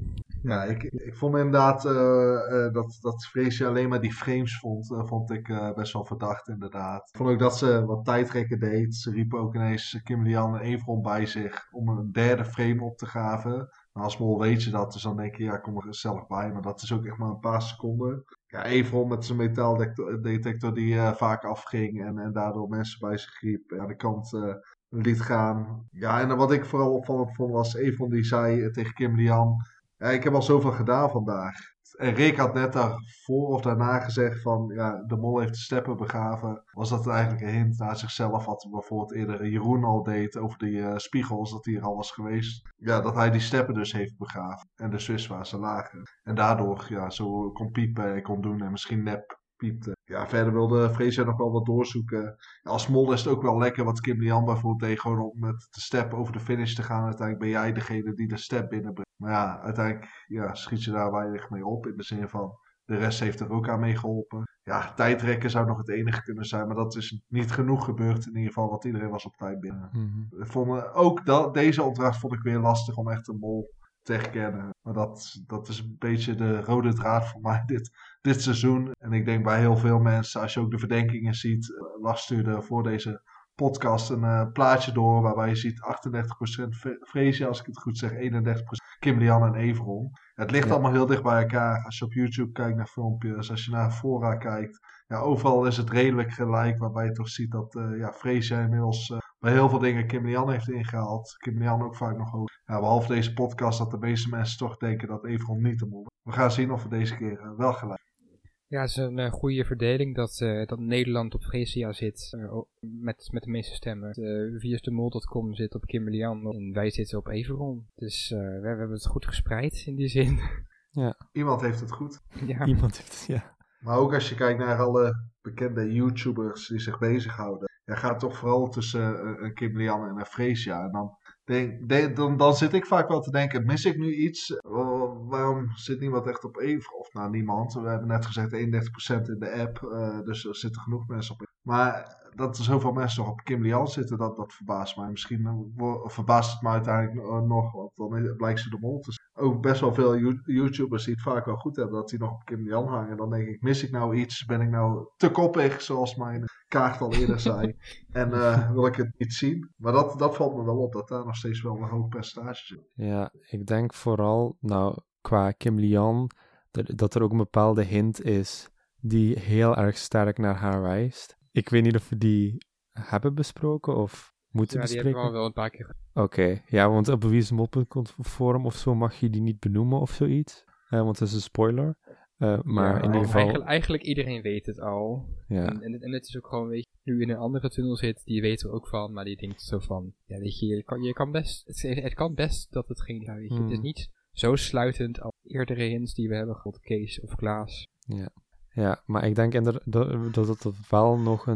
Ja, ik, ik vond inderdaad uh, uh, dat, dat Freesia alleen maar die frames vond, uh, vond ik uh, best wel verdacht inderdaad. Ik vond ook dat ze wat tijdrekken deed. Ze riep ook ineens Kim Lian en Everon bij zich om een derde frame op te graven. Maar als mol weet je dat, dus dan denk je, ja, kom er gezellig bij. Maar dat is ook echt maar een paar seconden. Ja, Everon met zijn metaaldetector die uh, vaak afging en, en daardoor mensen bij zich riep aan de kant uh, liet gaan. Ja, en wat ik vooral opvallend vond was Everon die zei uh, tegen Kim Lian, ja, ik heb al zoveel gedaan vandaag. En Rick had net daarvoor of daarna gezegd van, ja, de mol heeft de steppen begraven. Was dat eigenlijk een hint naar zichzelf, wat bijvoorbeeld eerder Jeroen al deed over die uh, spiegels, dat hij er al was geweest. Ja, dat hij die steppen dus heeft begraven. En dus wist waar ze lagen. En daardoor, ja, zo kon piepen en kon doen en misschien nep piepte. Ja, verder wilde Freesia nog wel wat doorzoeken. Ja, als mol is het ook wel lekker wat Kim Lian bijvoorbeeld deed, gewoon om met de step over de finish te gaan. Uiteindelijk ben jij degene die de step binnenbrengt. Maar ja, uiteindelijk ja, schiet je daar weinig mee op. In de zin van, de rest heeft er ook aan mee geholpen. Ja, tijdrekken zou nog het enige kunnen zijn. Maar dat is niet genoeg gebeurd. In ieder geval, want iedereen was op tijd binnen. Mm-hmm. Vonden, ook dat, deze opdracht vond ik weer lastig om echt een mol te herkennen. Maar dat, dat is een beetje de rode draad voor mij dit, dit seizoen. En ik denk bij heel veel mensen, als je ook de verdenkingen ziet. Lars stuurde voor deze podcast een uh, plaatje door waarbij je ziet achtendertig procent Freesia, als ik het goed zeg, eenendertig procent Kim Lian en Everon. Het ligt ja. allemaal heel dicht bij elkaar. Als je op YouTube kijkt naar filmpjes, als je naar fora kijkt. Ja, overal is het redelijk gelijk, waarbij je toch ziet dat uh, ja, Freesia inmiddels uh, bij heel veel dingen Kim Lian heeft ingehaald. Kim Lian ook vaak nog hoog. Ja, behalve deze podcast dat de meeste mensen toch denken dat Everon niet de mol is. We gaan zien of we deze keer uh, wel gelijk. Ja, het is een uh, goede verdeling dat, uh, dat Nederland op Freesia zit uh, met, met de meeste stemmen. Uh, via de mol punt com zit op Kim Lian en wij zitten op Everon. Dus uh, we, we hebben het goed gespreid in die zin. Ja. Iemand heeft het goed. Ja. Iemand heeft het, ja. Maar ook als je kijkt naar alle bekende YouTubers die zich bezighouden. Ja, gaat toch vooral tussen uh, een Kim Lian en een Freesia. En dan, denk, de, dan, dan zit ik vaak wel te denken, mis ik nu iets? Uh, waarom zit niemand echt op Everon? Of nou, niemand. We hebben net gezegd eenendertig procent in de app. Uh, dus er zitten genoeg mensen op. Maar dat er zoveel mensen nog op Kim Lian zitten, dat, dat verbaast mij. Misschien uh, verbaast het me uiteindelijk uh, nog, want dan blijkt ze de mol te zijn. Ook best wel veel YouTubers die het vaak wel goed hebben, dat die nog op Kim Lian hangen. Dan denk ik, mis ik nou iets? Ben ik nou te koppig, zoals mijn kaart al eerder zei? En uh, wil ik het niet zien? Maar dat, dat valt me wel op, dat daar nog steeds wel een hoog percentage zit. Ja, ik denk vooral, nou, qua Kim Lian, dat er ook een bepaalde hint is die heel erg sterk naar haar wijst. Ik weet niet of we die hebben besproken of moeten ja, bespreken. Ja, die hebben we al wel een paar keer. Oké, okay. Ja, want op Wie is de Mol punt com forum of zo mag je die niet benoemen of zoiets. Uh, want dat is een spoiler. Uh, maar ja, in ieder geval... Eigenlijk, eigenlijk iedereen weet het al. Ja. En, en, en het is ook gewoon, weet je, nu in een andere tunnel zit, die weet er ook van, maar die denkt zo van, ja, weet je, je kan, je kan best, het, het kan best dat het geen, ja, weet je, hmm. het is niet zo sluitend als eerdere hints die we hebben gehad, Kees of Klaas. Ja. Ja, maar ik denk inderdaad dat, dat het wel nog een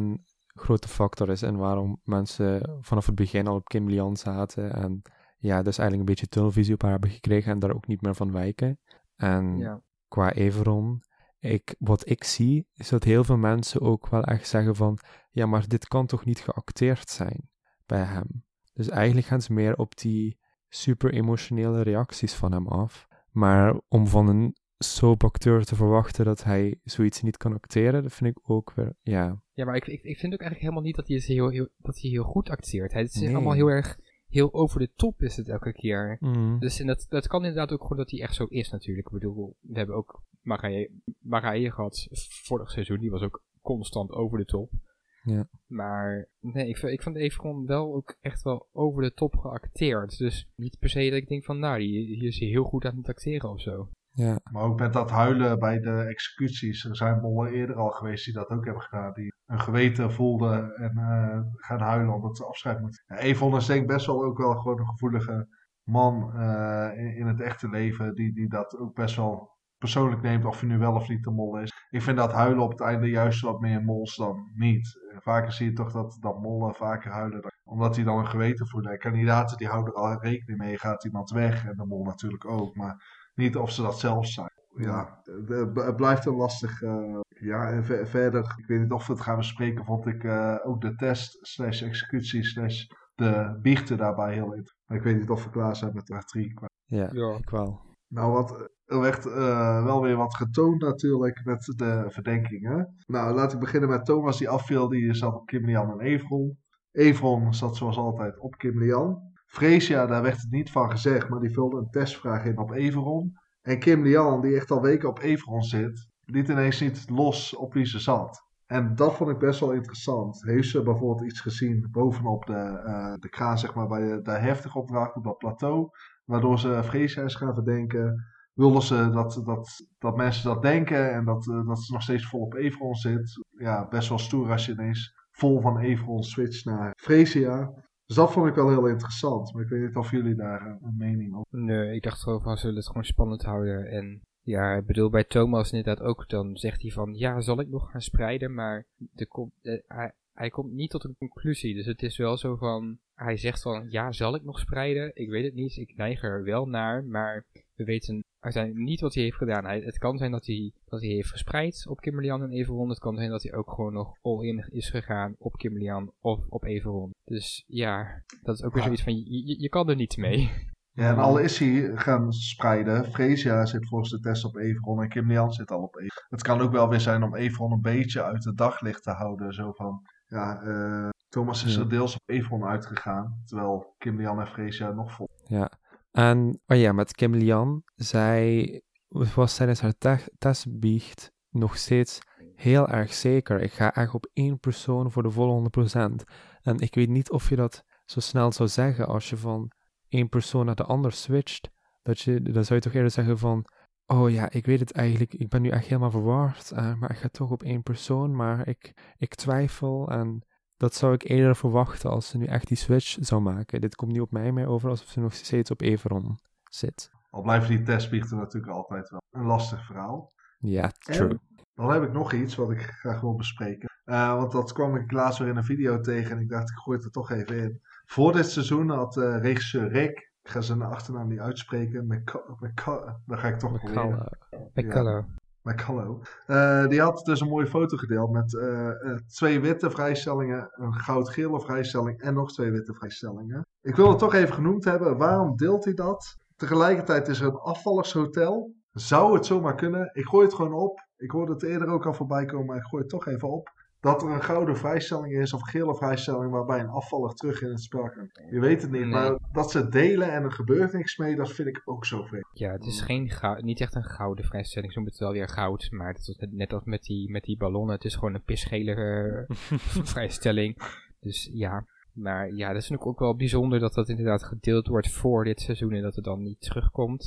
grote factor is en waarom mensen vanaf het begin al op Kim Lian zaten en ja, dus eigenlijk een beetje tunnelvisie op haar hebben gekregen en daar ook niet meer van wijken. En Ja. qua Everon, ik, wat ik zie, is dat heel veel mensen ook wel echt zeggen van, ja, maar dit kan toch niet geacteerd zijn bij hem. Dus eigenlijk gaan ze meer op die super emotionele reacties van hem af. Maar om van een soapacteur te verwachten dat hij zoiets niet kan acteren, dat vind ik ook weer, ja. Ja, maar ik, ik, ik vind ook eigenlijk helemaal niet dat hij, het heel, heel, dat hij heel goed acteert. Hij, het is Nee. allemaal heel erg, heel over de top is het elke keer. Mm. Dus en dat, dat kan inderdaad ook gewoon dat hij echt zo is natuurlijk. Ik bedoel, we hebben ook Marije, Marije gehad vorig seizoen, die was ook constant over de top. Ja. Maar nee, ik, ik vond Everon wel ook echt wel over de top geacteerd. Dus niet per se dat ik denk van, nou, die, hier is hij heel goed aan het acteren of zo. Ja. Maar ook met dat huilen bij de executies. Er zijn mollen eerder al geweest die dat ook hebben gedaan. Die een geweten voelden en uh, gaan huilen omdat ze afscheid moeten. Ja, Everon is denk ik best wel ook wel gewoon een gevoelige man uh, in, in het echte leven. Die, die dat ook best wel persoonlijk neemt of hij nu wel of niet de mol is. Ik vind dat huilen op het einde juist wat meer mols dan niet. Vaker zie je toch dat, dat mollen vaker huilen. Omdat die dan een geweten voelen. En kandidaten die houden er al rekening mee. Gaat iemand weg en de mol natuurlijk ook. Maar niet of ze dat zelf zijn. Ja, het blijft een lastig. Uh, ja, en ver- verder, ik weet niet of we het gaan bespreken, vond ik uh, ook de test slash executie slash de biechten daarbij heel interessant. Maar ik weet niet of we klaar zijn met de drie. Ja, Ja. ik wel. Nou, wat, er werd uh, wel weer wat getoond natuurlijk met de verdenkingen. Nou, laat ik beginnen met Thomas die afviel. Die zat op Kim Lian en Everon. Everon zat zoals altijd op Kim Lian. Freesia, daar werd het niet van gezegd, maar die vulde een testvraag in op Everon. En Kim Lian, die echt al weken op Everon zit, liet ineens niet los op wie ze zat. En dat vond ik best wel interessant. Heeft ze bijvoorbeeld iets gezien bovenop de, uh, de kraan, zeg maar, bij de, de heftige opdracht op dat plateau, waardoor ze Freesia is gaan verdenken. Wilden ze dat, dat, dat mensen dat denken en dat, uh, dat ze nog steeds vol op Everon zit. Ja, best wel stoer als je ineens vol van Everon switcht naar Freesia. Dus dat vond ik wel heel interessant. Maar ik weet niet of jullie daar een mening over hebben. Nee, ik dacht gewoon van, zullen het gewoon spannend houden. En ja, ik bedoel, bij Thomas inderdaad ook, dan zegt hij van, ja, zal ik nog gaan spreiden? Maar de kom, de, hij, hij komt niet tot een conclusie. Dus het is wel zo van, hij zegt van, ja, zal ik nog spreiden? Ik weet het niet, ik neig er wel naar, maar we weten uiteindelijk niet wat hij heeft gedaan. Hij, het kan zijn dat hij, dat hij heeft gespreid op Kim Lian en Everon. Het kan zijn dat hij ook gewoon nog all-in is gegaan op Kim Lian of op Everon. Dus ja, dat is ook weer zoiets van, je, je, je kan er niets mee. Ja, en al is hij gaan spreiden. Freesia zit volgens de test op Everon en Kim Lian zit al op Everon. Het kan ook wel weer zijn om Everon een beetje uit het daglicht te houden. Zo van, ja, uh, Thomas is er deels op Everon uitgegaan. Terwijl Kim Lian en Freesia nog vol. Ja, en oh ja, met Kim Lian, zij was tijdens haar te- testbiecht nog steeds heel erg zeker. Ik ga echt op één persoon voor de volle honderd procent. En ik weet niet of je dat zo snel zou zeggen als je van één persoon naar de ander switcht. Dat je, dan zou je toch eerder zeggen van, oh ja, ik weet het eigenlijk, ik ben nu echt helemaal verward, uh, maar ik ga toch op één persoon, maar ik, ik twijfel en dat zou ik eerder verwachten als ze nu echt die switch zou maken. Dit komt niet op mij meer over alsof ze nog steeds op Everon zit. Al blijven die testbiechten natuurlijk altijd wel een lastig verhaal. Ja, true. En dan heb ik nog iets wat ik graag wil bespreken. Uh, want dat kwam ik laatst weer in een video tegen en ik dacht, ik gooi het er toch even in. Voor dit seizoen had uh, regisseur Rick, ik ga zijn achternaam niet uitspreken, McCullough, dan ga ik toch proberen. McCullough. McCullough. Uh, die had dus een mooie foto gedeeld met uh, uh, twee witte vrijstellingen, een goud-gele vrijstelling en nog twee witte vrijstellingen. Ik wil het toch even genoemd hebben, waarom deelt hij dat? Tegelijkertijd is er een afvallershotel. Zou het zomaar kunnen? Ik gooi het gewoon op. Ik hoorde het eerder ook al voorbij komen, maar ik gooi het toch even op. Dat er een gouden vrijstelling is of een gele vrijstelling waarbij een afvaller terug in het spel kan. Je weet het niet, nee. Maar dat ze delen en er gebeurt niks mee, dat vind ik ook zo vreemd. Ja, het is geen goud, niet echt een gouden vrijstelling. Ze noemen het wel weer goud, maar het is net, net als met die, met die ballonnen. Het is gewoon een pisgele uh, vrijstelling. Dus ja, maar ja, dat is natuurlijk ook wel bijzonder dat dat inderdaad gedeeld wordt voor dit seizoen en dat het dan niet terugkomt.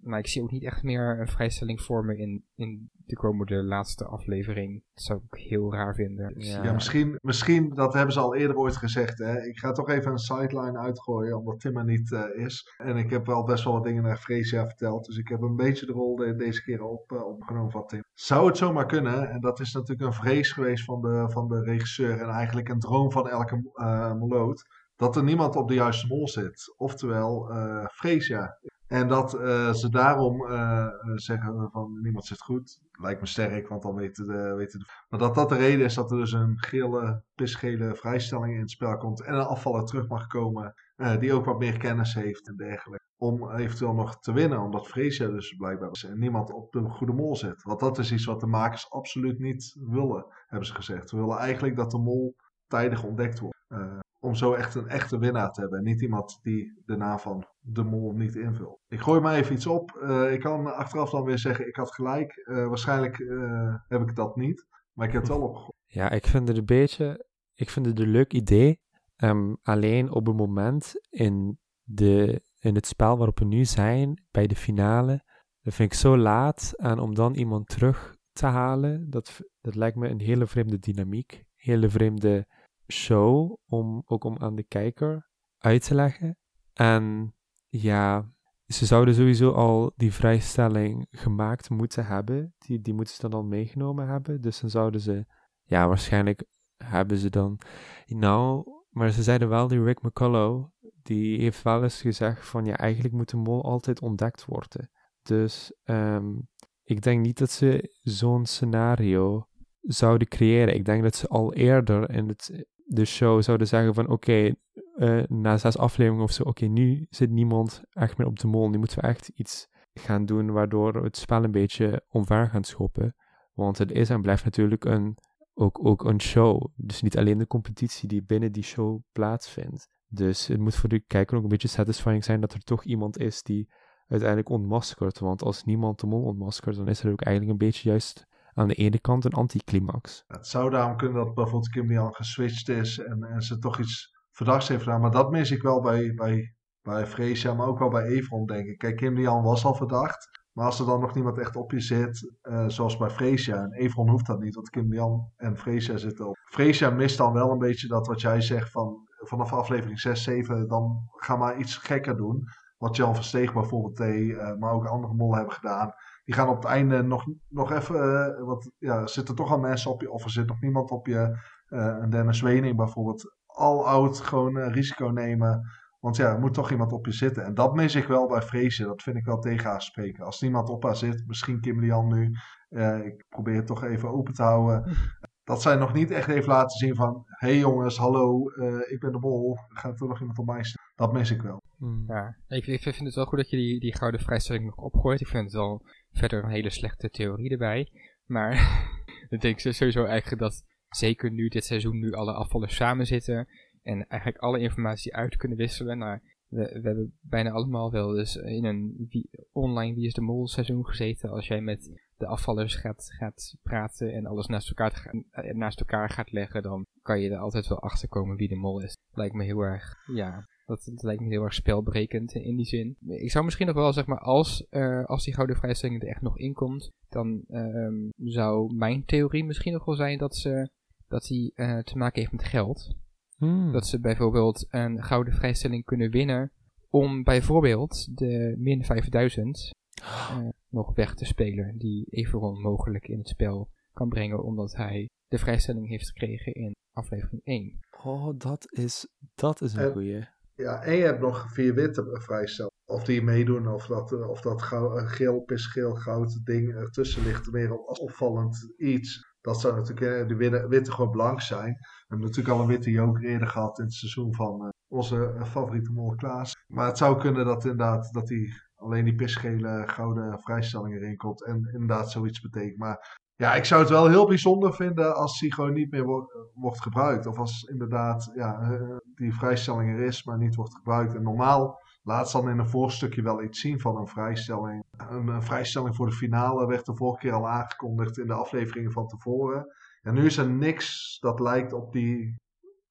maar ik zie ook niet echt meer een vrijstelling voor me in, in de komende laatste aflevering. Dat zou ik heel raar vinden. Dus, Ja. Ja, misschien, misschien, dat hebben ze al eerder ooit gezegd. Hè? Ik ga toch even een sideline uitgooien, omdat Tim er niet uh, is. En ik heb wel best wel wat dingen naar Freesia verteld. Dus ik heb een beetje de rol de, deze keer op, uh, opgenomen van Tim. Zou het zomaar kunnen, en dat is natuurlijk een vrees geweest van de, van de regisseur. En eigenlijk een droom van elke uh, moloot. Dat er niemand op de juiste mol zit. Oftewel, uh, Freesia. En dat uh, ze daarom uh, zeggen van niemand zit goed. Lijkt me sterk, want dan weten de, weten de... Maar dat dat de reden is dat er dus een gele, pisgele vrijstelling in het spel komt. En een afvaller terug mag komen. Uh, die ook wat meer kennis heeft en dergelijke. Om eventueel nog te winnen. Omdat Freesia dus blijkbaar is. En niemand op de goede mol zit. Want dat is iets wat de makers absoluut niet willen. Hebben ze gezegd. We willen eigenlijk dat de mol tijdig ontdekt wordt. Uh, Om zo echt een echte winnaar te hebben. En niet iemand die de naam van de mol niet invult. Ik gooi maar even iets op. Uh, ik kan achteraf dan weer zeggen, ik had gelijk. Uh, waarschijnlijk uh, heb ik dat niet. Maar ik heb het wel opgegooid. Ja, ik vind het een beetje... Ik vind het een leuk idee. Um, alleen op het moment in, de, in het spel waarop we nu zijn, bij de finale, dat vind ik zo laat. En om dan iemand terug te halen, dat, dat lijkt me een hele vreemde dynamiek. Hele vreemde show, om, ook om aan de kijker uit te leggen. En ja, ze zouden sowieso al die vrijstelling gemaakt moeten hebben. Die, die moeten ze dan al meegenomen hebben. Dus dan zouden ze, ja, waarschijnlijk hebben ze dan, nou, maar ze zeiden wel, die Rick McCullough, die heeft wel eens gezegd van, ja, eigenlijk moet de mol altijd ontdekt worden. Dus um, ik denk niet dat ze zo'n scenario zouden creëren. Ik denk dat ze al eerder in het, de show zouden zeggen van, oké, okay, uh, na zes afleveringen of zo, oké, okay, nu zit niemand echt meer op de mol. Nu moeten we echt iets gaan doen waardoor we het spel een beetje omver gaan schoppen. Want het is en blijft natuurlijk een, ook, ook een show. Dus niet alleen de competitie die binnen die show plaatsvindt. Dus het moet voor de kijker ook een beetje satisfying zijn dat er toch iemand is die uiteindelijk ontmaskert. Want als niemand de mol ontmaskert, dan is er ook eigenlijk een beetje juist aan de ene kant een anticlimax. Het zou daarom kunnen dat bijvoorbeeld Kim Lian geswitcht is en, en ze toch iets verdachts heeft gedaan. Maar dat mis ik wel bij, bij, bij Freesia, maar ook wel bij Evron, denk ik. Kijk, Kim Lian was al verdacht. Maar als er dan nog niemand echt op je zit, uh, zoals bij Freesia, en Evron hoeft dat niet, want Kim Lian en Freesia zitten op. Freesia mist dan wel een beetje dat wat jij zegt van vanaf aflevering zes, zeven, dan ga maar iets gekker doen. Wat Jan Versteeg bijvoorbeeld deed, uh, maar ook andere mollen hebben gedaan. Die gaan op het einde nog, nog even, uh, wat, ja, er zitten toch al mensen op je, of er zit nog niemand op je. Uh, een Dennis Wening bijvoorbeeld, al oud gewoon uh, risico nemen. Want ja, er moet toch iemand op je zitten. En dat mis ik wel bij Freesia, dat vind ik wel tegen haar spreken. Als niemand op haar zit, misschien Kim Lian nu, uh, ik probeer het toch even open te houden. Dat zij nog niet echt heeft laten zien van, hé hey jongens, hallo, uh, ik ben de mol, gaat er nog iemand op mij staan? Dat mis ik wel. Hmm. Ja, ik, ik vind het wel goed dat je die, die gouden vrijstelling nog opgooit. Ik vind het wel verder een hele slechte theorie erbij. Maar ik denk sowieso eigenlijk dat zeker nu dit seizoen nu alle afvallers samen zitten en eigenlijk alle informatie uit kunnen wisselen. Nou, we, we hebben bijna allemaal wel dus in een wie, online Wie is de Mol seizoen gezeten. Als jij met de afvallers gaat, gaat praten en alles naast elkaar, naast elkaar gaat leggen, dan kan je er altijd wel achter komen wie de mol is. Lijkt me heel erg, ja, dat, dat lijkt me heel erg spelbrekend in die zin. Ik zou misschien nog wel, zeg maar, als, uh, als die gouden vrijstelling er echt nog in komt, dan uh, zou mijn theorie misschien nog wel zijn dat ze, dat die uh, te maken heeft met geld. Hmm. Dat ze bijvoorbeeld een gouden vrijstelling kunnen winnen om bijvoorbeeld de min vijfduizend uh, nog weg te spelen, die Everon mogelijk in het spel kan brengen, omdat hij de vrijstelling heeft gekregen in aflevering één. Oh, dat is, dat is een en, goeie. Ja, en je hebt nog vier witte vrijstellingen. Of die meedoen, of dat, of dat gauw, geel, pisgeel, goud ding ertussen ligt, meer als opvallend iets. Dat zou natuurlijk, de witte, witte gewoon blank zijn. We hebben natuurlijk al een witte joker eerder gehad in het seizoen van uh, onze uh, favoriete mol Klaas. Maar het zou kunnen dat inderdaad, dat die alleen die pisgele gouden vrijstelling erin komt en inderdaad zoiets betekent. Maar ja, ik zou het wel heel bijzonder vinden als die gewoon niet meer wo- wordt gebruikt. Of als inderdaad ja, uh, die vrijstelling er is, maar niet wordt gebruikt. En normaal laat ze dan in een voorstukje wel iets zien van een vrijstelling. Een, een vrijstelling voor de finale werd de vorige keer al aangekondigd in de afleveringen van tevoren. En nu is er niks dat lijkt op die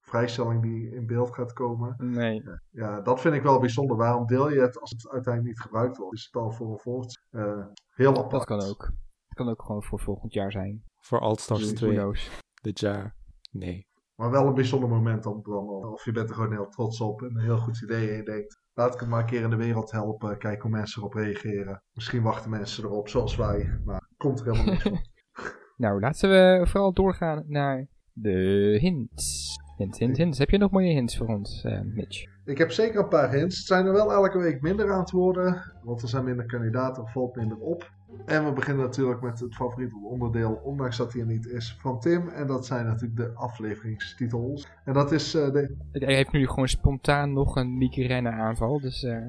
vrijstelling die in beeld gaat komen. Nee. Ja, dat vind ik wel bijzonder. Waarom deel je het als het uiteindelijk niet gebruikt wordt? Is het al voor een volgend? Uh, heel apart. Dat kan ook. Het kan ook gewoon voor volgend jaar zijn. Voor All-Stars Dus twee. who knows. Dit jaar. Nee. Maar wel een bijzonder moment dan, dan of je bent er gewoon heel trots op en een heel goed idee en je denkt, laat ik het maar een keer in de wereld helpen, kijk hoe mensen erop reageren. Misschien wachten mensen erop zoals wij, maar komt er helemaal niks van. Nou, laten we vooral doorgaan naar de hints. Hint, hint, hints. Heb je nog mooie hints voor ons, uh, Mitch? Ik heb zeker een paar hints. Het zijn er wel elke week minder aan het worden, want er zijn minder kandidaten, er valt minder op. En we beginnen natuurlijk met het favoriete onderdeel, ondanks dat hij er niet is, van Tim. En dat zijn natuurlijk de afleveringstitels. En dat is uh, de... Hij heeft nu gewoon spontaan nog een migraine-aanval, dus... Uh...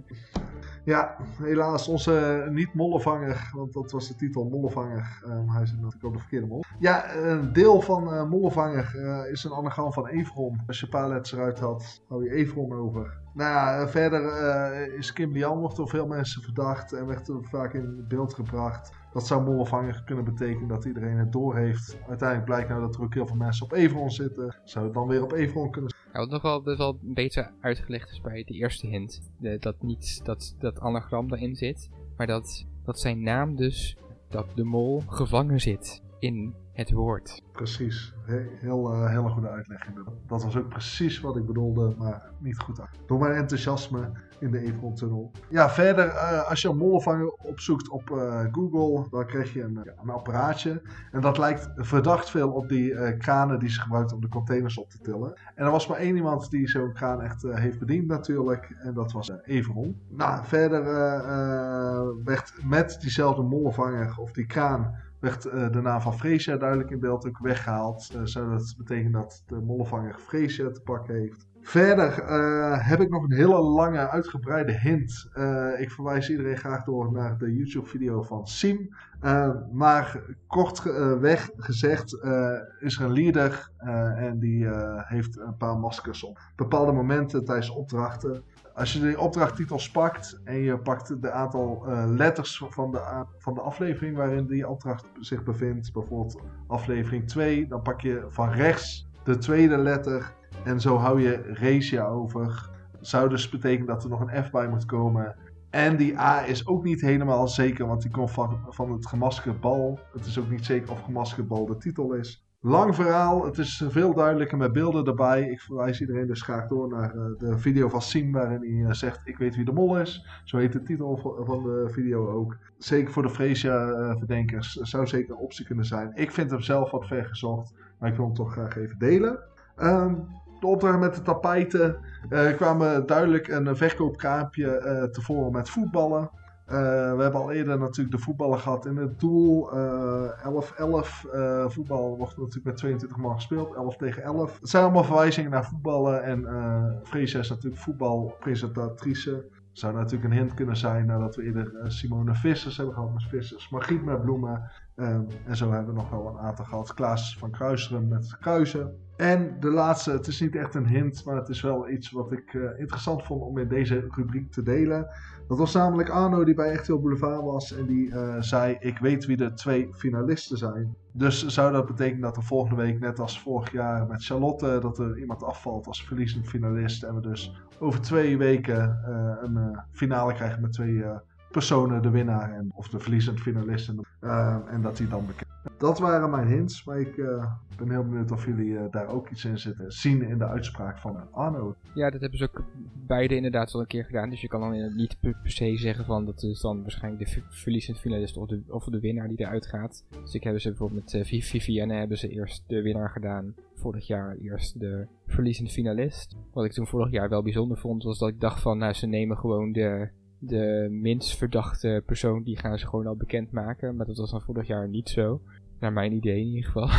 Ja, helaas onze uh, niet-mollevanger, want dat was de titel, mollevanger. Um, hij is natuurlijk ook de verkeerde mol. Ja, een deel van uh, mollevanger uh, is een anagram van Everon. Als je een paar letters eruit had, hou je Everon over. Nou ja, uh, verder uh, is Kim Lian wordt door veel mensen verdacht en werd er vaak in beeld gebracht. Dat zou mollevanger kunnen betekenen dat iedereen het doorheeft. Uiteindelijk blijkt nou dat er ook heel veel mensen op Everon zitten. Zou het dan weer op Everon kunnen zijn? Ja, wat nog wel, best wel beter uitgelegd is bij de eerste hint. De, dat niet dat, dat anagram erin zit, maar dat, dat zijn naam dus, dat de mol gevangen zit in het woord. Precies. He, heel, uh, hele goede uitleg. Dat was ook precies wat ik bedoelde, maar niet goed uit. Door mijn enthousiasme in de Everon-tunnel. Ja, verder, uh, als je een mollevanger opzoekt op uh, Google, dan krijg je een, ja, een apparaatje. En dat lijkt verdacht veel op die uh, kranen die ze gebruikt om de containers op te tillen. En er was maar één iemand die zo'n kraan echt uh, heeft bediend natuurlijk. En dat was uh, Everon. Nou, verder uh, uh, werd met diezelfde mollevanger of die kraan... werd uh, de naam van Freesia duidelijk in beeld ook weggehaald. Uh, zou dat betekenen dat de mollevanger Freesia te pakken heeft. Verder uh, heb ik nog een hele lange uitgebreide hint. Uh, ik verwijs iedereen graag door naar de YouTube video van Siem. Uh, maar kort uh, weg gezegd uh, is er een leader uh, en die uh, heeft een paar maskers op bepaalde momenten tijdens opdrachten. Als je de opdrachttitels pakt en je pakt de aantal uh, letters van de, van de aflevering waarin die opdracht zich bevindt, bijvoorbeeld aflevering twee, dan pak je van rechts de tweede letter en zo hou je Resia over. Zou dus betekenen dat er nog een F bij moet komen. En die A is ook niet helemaal zeker, want die komt van, van het gemaskerd bal. Het is ook niet zeker of gemaskerd bal de titel is. Lang verhaal, het is veel duidelijker met beelden erbij. Ik verwijs iedereen dus graag door naar uh, de video van Siem waarin hij uh, zegt ik weet wie de mol is. Zo heet de titel van de video ook. Zeker voor de Freesia-verdenkers uh, zou zeker een optie kunnen zijn. Ik vind hem zelf wat ver gezocht, maar ik wil hem toch graag even delen. Um, de opdracht met de tapijten uh, kwamen duidelijk een verkoopkraampje uh, tevoren met voetballen. Uh, we hebben al eerder natuurlijk de voetballen gehad in het doel. Uh, elf elf. Uh, voetbal wordt natuurlijk met tweeëntwintig man gespeeld. elf tegen elf. Het zijn allemaal verwijzingen naar voetballen. En uh, Freesia is natuurlijk voetbalpresentatrice. Zou natuurlijk een hint kunnen zijn nadat we eerder uh, Simone Vissers hebben gehad met Vissers. Margriet met bloemen. Um, en zo hebben we nog wel een aantal gehad. Klaas van Kruiseren met kruisen. En de laatste, het is niet echt een hint, maar het is wel iets wat ik uh, interessant vond om in deze rubriek te delen. Dat was namelijk Arno die bij Echt Heel Boulevard was en die uh, zei, ik weet wie de twee finalisten zijn. Dus zou dat betekenen dat er volgende week, net als vorig jaar met Charlotte, dat er iemand afvalt als verliezend finalist. En we dus over twee weken uh, een uh, finale krijgen met twee uh, personen, de winnaar en, of de verliezend finalist. En, uh, en dat die dan bekend. Dat waren mijn hints, maar ik uh, ben heel benieuwd of jullie uh, daar ook iets in zitten zien in de uitspraak van uh, Arno. Ja, dat hebben ze ook beide inderdaad wel een keer gedaan. Dus je kan dan niet per, per se zeggen van dat is dan waarschijnlijk de verliezend finalist of de, of de winnaar die eruit gaat. Dus ik hebben ze bijvoorbeeld met uh, Vivienne hebben ze eerst de winnaar gedaan. Vorig jaar eerst de verliezend finalist. Wat ik toen vorig jaar wel bijzonder vond was dat ik dacht van nou ze nemen gewoon de... De minst verdachte persoon, die gaan ze gewoon al bekendmaken. Maar dat was dan vorig jaar niet zo. Naar mijn idee in ieder geval.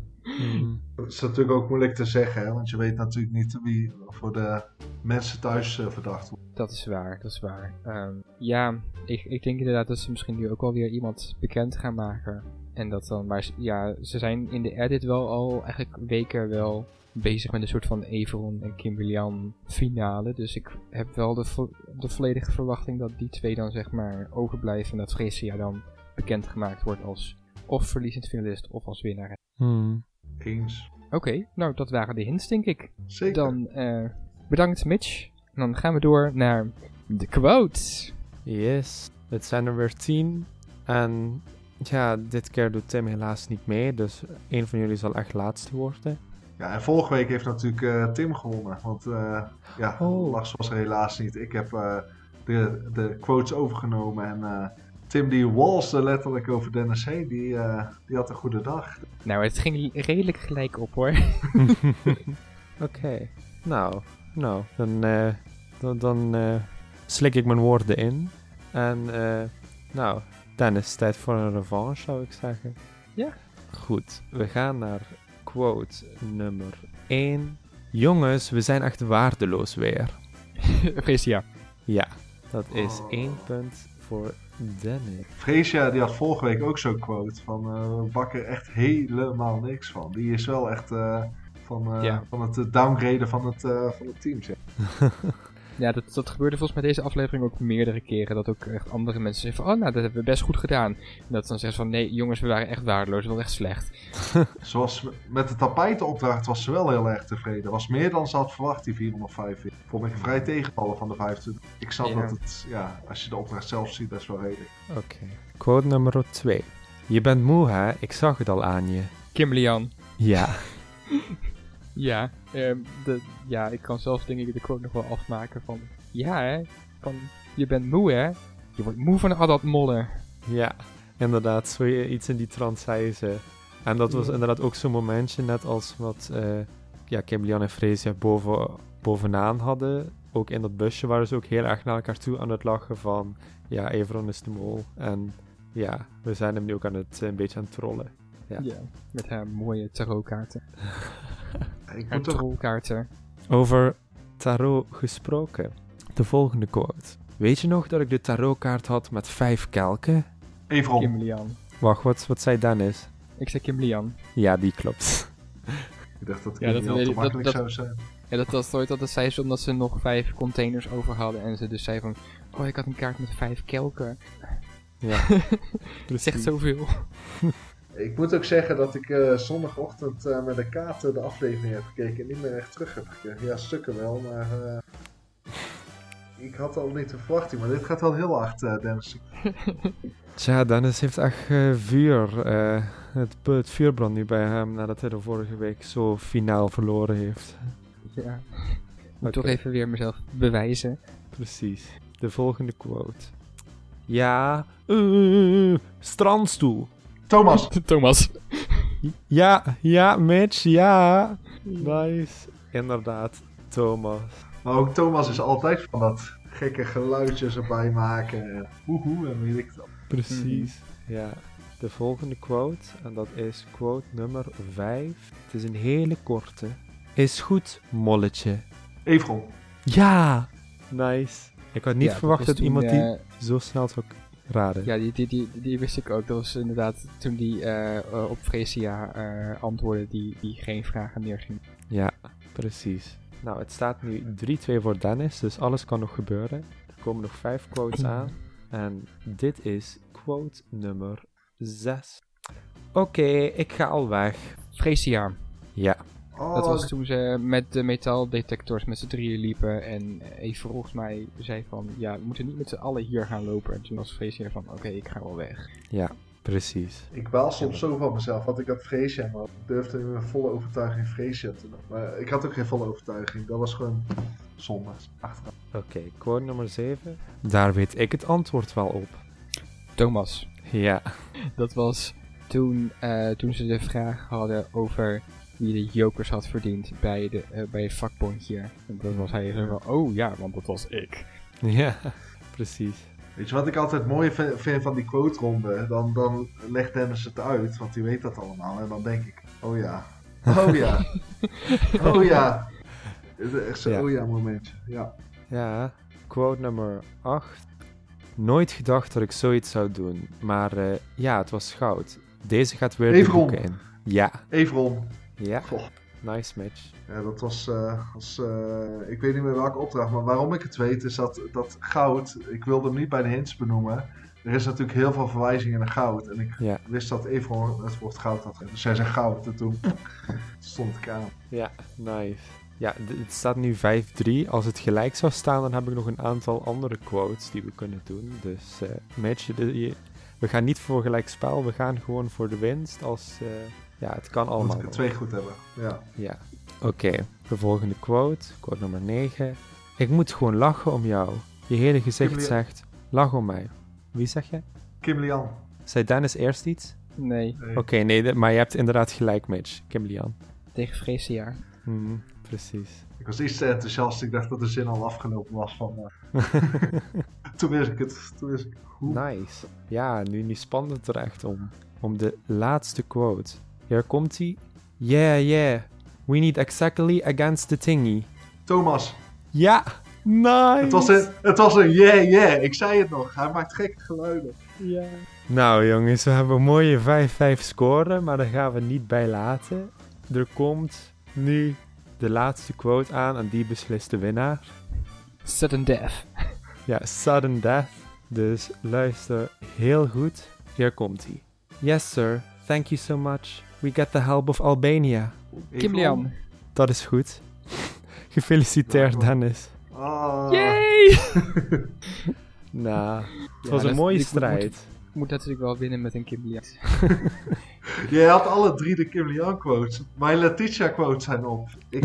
Mm. Dat is natuurlijk ook moeilijk te zeggen, hè? Want je weet natuurlijk niet wie voor de mensen thuis uh, verdacht wordt. Dat is waar, dat is waar. Um, ja, ik, ik denk inderdaad dat ze misschien nu ook wel weer iemand bekend gaan maken. En dat dan, maar ja, ze zijn in de edit wel al eigenlijk weken wel bezig met een soort van Everon en Kimberly-Ann finale. Dus ik heb wel de, vo- de volledige verwachting dat die twee dan zeg maar overblijven. En dat Freesia dan bekendgemaakt wordt als of verliezend finalist of als winnaar. Hmm. Eens. Oké, okay, nou dat waren de hints, denk ik. Zeker. Dan uh, bedankt, Mitch. En dan gaan we door naar de quotes. Yes, het zijn er weer tien. En ja, dit keer doet Tim helaas niet mee, dus een van jullie zal echt laatste worden. Ja, en vorige week heeft natuurlijk uh, Tim gewonnen. Want uh, ja, oh. Lars was er helaas niet. Ik heb uh, de, de quotes overgenomen en uh, Tim die walste letterlijk over Dennis heen. Die, uh, die had een goede dag. Nou, het ging redelijk gelijk op, hoor. Oké, okay. nou, nou, dan, uh, dan, dan uh, slik ik mijn woorden in. En uh, nou, Dennis, tijd voor een revanche, zou ik zeggen. Ja. Goed, we gaan naar quote nummer één. Jongens, we zijn echt waardeloos weer. Freesia. Ja, dat is oh. één punt voor Dennis. Freesia, die had vorige week ook zo'n quote van uh, we bakken echt helemaal niks van. Die is wel echt uh, van, uh, ja. van het uh, downgraden van het, uh, van het team. Zeg. Ja, dat, dat gebeurde volgens mij deze aflevering ook meerdere keren. Dat ook echt andere mensen zeggen van, oh nou, dat hebben we best goed gedaan. En dat dan zeggen ze van, nee jongens, we waren echt waardeloos, wel echt slecht. Zoals met de tapijtenopdracht was ze wel heel erg tevreden. Was meer dan ze had verwacht, die vierhonderdvijf. Vond ik vrij tegenvallen van de vijfentwintig. Ik snap ja. dat het, ja, als je de opdracht zelf ziet, best wel redelijk. Oké. Okay. Quote nummer twee. Je bent moe, hè? Ik zag het al aan je. Kimberly-Ann. Ja. Ja, um, de, ja, ik kan zelfs denk ik de quote nog wel afmaken van... Ja hè, van je bent moe hè, je wordt moe van al dat mollen. Ja, inderdaad, zo iets in die trant zei ze. En dat was inderdaad ook zo'n momentje, net als wat uh, ja, Kimberly-Ann en Freesia boven, bovenaan hadden. Ook in dat busje waren ze ook heel erg naar elkaar toe aan het lachen van... Ja, Everon is de mol. En ja, we zijn hem nu ook aan het, een beetje aan het trollen. Ja, ja met haar mooie tarotkaarten. Ik moet tarotkaarten. Over tarot gesproken. De volgende quote. Weet je nog dat ik de tarotkaart had met vijf kelken? Everon. Kimberly-Ann. Wacht, wat, wat zei Dennis? Ik zei Kimberly-Ann. Ja, die klopt. Ik dacht dat het ja, dat, heel te makkelijk dat, zou zijn. Ja, dat was ooit dat zei ze omdat ze nog vijf containers over hadden. En ze dus zei van, oh ik had een kaart met vijf kelken. Ja. Dat zegt zoveel. Ik moet ook zeggen dat ik uh, zondagochtend uh, met de kaarten de aflevering heb gekeken en niet meer echt terug heb gekeken. Ja, stukken wel, maar uh, ik had al niet de verwachting, maar dit gaat wel heel hard, uh, Dennis. Tja, Dennis heeft echt uh, vuur. Uh, het, het vuur brandt nu bij hem nadat hij de vorige week zo finaal verloren heeft. Ja, ik moet okay. toch even weer mezelf bewijzen. Precies. De volgende quote. Ja, uh, strandstoel. Thomas. Thomas. Ja, ja, Mitch, ja. Nice. Inderdaad, Thomas. Maar ook Thomas is altijd van dat gekke geluidjes erbij maken. Woehoe, en weet ik het al. Precies, mm-hmm. Ja. De volgende quote, en dat is quote nummer vijf. Het is een hele korte. Is goed, molletje. Everon. Ja! Nice. Ik had niet ja, verwacht dat, dat iemand uh, die zo snel zou raden. Ja, die, die, die, die wist ik ook. Dat was inderdaad toen die uh, uh, op Freesia uh, antwoordde die, die geen vragen meer ging. Ja, precies. Nou, het staat nu drie twee voor Dennis, dus alles kan nog gebeuren. Er komen nog vijf quotes aan. En dit is quote nummer zes. Oké, okay, ik ga al weg. Freesia. Ja. Oh, dat was toen ze met de metaaldetectors met z'n drieën liepen en Eve volgens mij zei van, ja, we moeten niet met z'n allen hier gaan lopen. En toen was Freesia van, oké, okay, ik ga wel weg. Ja, precies. Ik baal soms zo van mezelf, want ik had Freesia, maar ik durfde met volle overtuiging Freesia te doen. Maar ik had ook geen volle overtuiging, dat was gewoon zonde. Achteraf. Oké, okay, quote nummer zeven. Daar weet ik het antwoord wel op. Thomas. Ja. Dat was toen, uh, toen ze de vraag hadden over wie de jokers had verdiend bij, de, uh, bij het vakbondje. En dan was hij zo van, oh ja, want dat was ik. Ja, precies. Weet je wat ik altijd mooi vind van die quote-ronde? Dan, dan legt Dennis het uit, want die weet dat allemaal. En dan denk ik, oh ja, oh ja, oh ja. Het is echt zo'n ja. oh ja momentje, ja. Ja, quote nummer acht. Nooit gedacht dat ik zoiets zou doen, maar uh, ja, het was goud. Deze gaat weer de boeken in. Ja. Everon. Ja, Goh. Nice match. Ja, dat was, uh, was uh, ik weet niet meer welke opdracht, maar waarom ik het weet is dat, dat goud, ik wilde hem niet bij de hints benoemen, er is natuurlijk heel veel verwijzingen naar goud. En ik Ja. wist dat Everon het woord goud had. Dus zij zei goud en toen stond ik aan. Ja, nice. Ja, d- het staat nu vijf drie. Als het gelijk zou staan, dan heb ik nog een aantal andere quotes die we kunnen doen. Dus uh, Mitch, de- je- we gaan niet voor gelijk spel, we gaan gewoon voor de winst. Als, uh, ja, het kan Moet allemaal. ik er nog. twee goed hebben. Ja. Ja. Oké, de volgende quote, quote nummer negen. Ik moet gewoon lachen om jou. Je hele gezicht Kim Lian. zegt, lach om mij. Wie zeg je? Kim Lian. Zei Dennis eerst iets? Nee, Nee. Oké, nee, de- maar je hebt inderdaad gelijk, Mitch. Kim Lian. tegen Freesia. Hmm, precies. Ik was iets te enthousiast. Ik dacht dat de zin al afgelopen was van... Uh... toen wist ik het. Toen wist ik... Hoe? Nice. Ja, nu, nu spannend het er echt om. Om de laatste quote. Hier komt ie. Yeah, yeah. We need exactly against the thingy. Thomas. Ja, nice. Het was, een, het was een yeah, yeah. Ik zei het nog. Hij maakt gekke geluiden. Ja. Nou jongens, we hebben een mooie vijf vijf scoren, maar daar gaan we niet bij laten. Er komt nu de laatste quote aan en die beslist de winnaar. Sudden death. Ja, sudden death. Dus luister heel goed. Hier komt hij. Yes sir, thank you so much. We get the help of Albania. Kim Lian. Dat is goed. Gefeliciteerd Ja, Dennis. Ah. Yay! Nou, het Ja, was een dat- mooie ik moet- strijd. moet- Moet natuurlijk wel winnen met een Kim Lian. Jij had alle drie de Kim Lian quotes. Mijn Letitia quotes zijn op. Ik...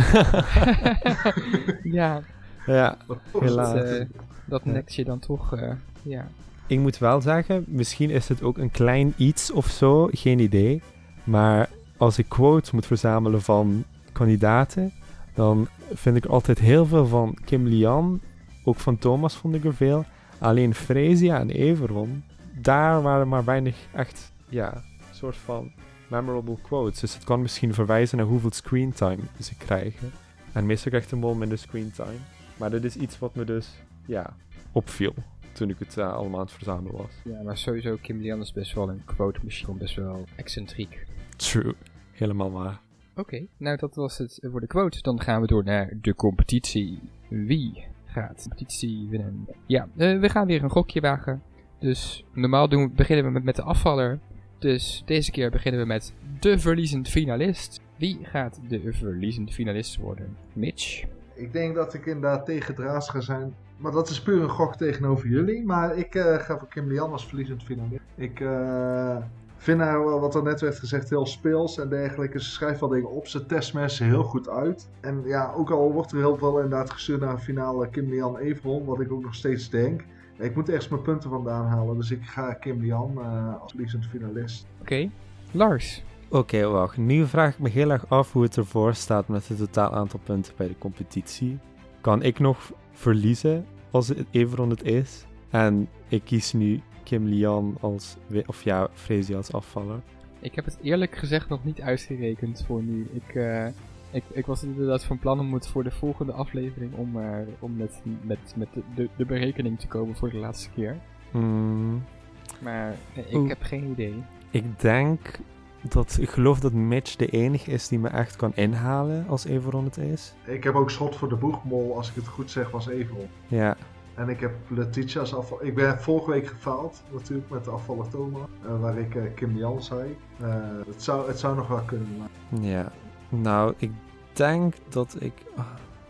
Ja, Ja, Wat helaas. dat, eh, dat Ja. nekt je dan toch, eh, ja. ik moet wel zeggen, misschien is het ook een klein iets of zo, geen idee. Maar als ik quotes moet verzamelen van kandidaten, dan vind ik er altijd heel veel van Kim Lian. Ook van Thomas vond ik er veel. Alleen Freesia en Everon, daar waren maar weinig echt, ja, een soort van memorable quotes. Dus het kan misschien verwijzen naar hoeveel screentime ze krijgen. En meestal krijgt de mol minder screentime. Maar dat is iets wat me dus, ja, opviel toen ik het uh, allemaal aan het verzamelen was. Ja, maar sowieso Kim Lian is best wel een quote machine, best wel excentriek. True. Helemaal waar. Oké, nou dat was het voor de quote. Dan gaan we door naar de competitie. Wie gaat de competitie winnen? Ja, uh, we gaan weer een gokje wagen. Dus normaal doen, beginnen we met, met de afvaller. Dus deze keer beginnen we met de verliezend finalist. Wie gaat de verliezend finalist worden? Mitch? Ik denk dat ik inderdaad tegen Draas ga zijn. Maar dat is puur een gok tegenover jullie. Maar ik uh, ga voor Kim Lian als verliezend finalist. Ik uh, vind haar, wel, wat er net werd gezegd, heel speels en dergelijke. Ze schrijft wel dingen op. Ze test mensen heel goed uit. En ja, ook al wordt er heel veel inderdaad gestuurd naar een finale Kim Lian Everon. Wat ik ook nog steeds denk. Ik moet ergens mijn punten vandaan halen. Dus ik ga Kim Lian uh, als verliezend finalist. Oké, okay. Lars? Oké, okay, wacht. Nu vraag ik me heel erg af hoe het ervoor staat met het totaal aantal punten bij de competitie. Kan ik nog verliezen als het Everon het is? En ik kies nu Kim Lian als, of ja, Freesia als afvaller. Ik heb het eerlijk gezegd nog niet uitgerekend voor nu. Ik, uh, ik, ik was inderdaad van plan om het voor de volgende aflevering om, uh, om met, met, met de, de, de berekening te komen voor de laatste keer. Mm. Maar nee, ik Oeh. heb geen idee. Ik denk dat, ik geloof dat Mitch de enige is die me echt kan inhalen als Everon het is. Ik heb ook schot voor de boegmol, als ik het goed zeg, was Everon. Ja. En ik heb Letitia als afval. Ik ben vorige week gefaald, natuurlijk, met de afvaller Thomas. Uh, waar ik uh, Kim Lian zei. Uh, het, zou, het zou nog wel kunnen. Maar... Ja. Nou, ik denk dat ik... Oh,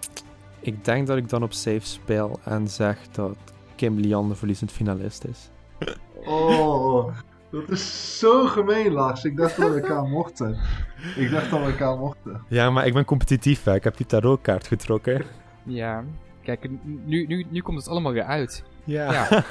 ik denk dat ik dan op safe speel en zeg dat Kim Lian de verliezend finalist is. Oh, dat is zo gemeen, Lars. Ik dacht dat we elkaar mochten. Ik dacht dat we elkaar mochten. Ja, maar ik ben competitief, hè. Ik heb je tarotkaart getrokken. Ja, kijk, nu, nu, nu komt het allemaal weer uit. Ja. ja.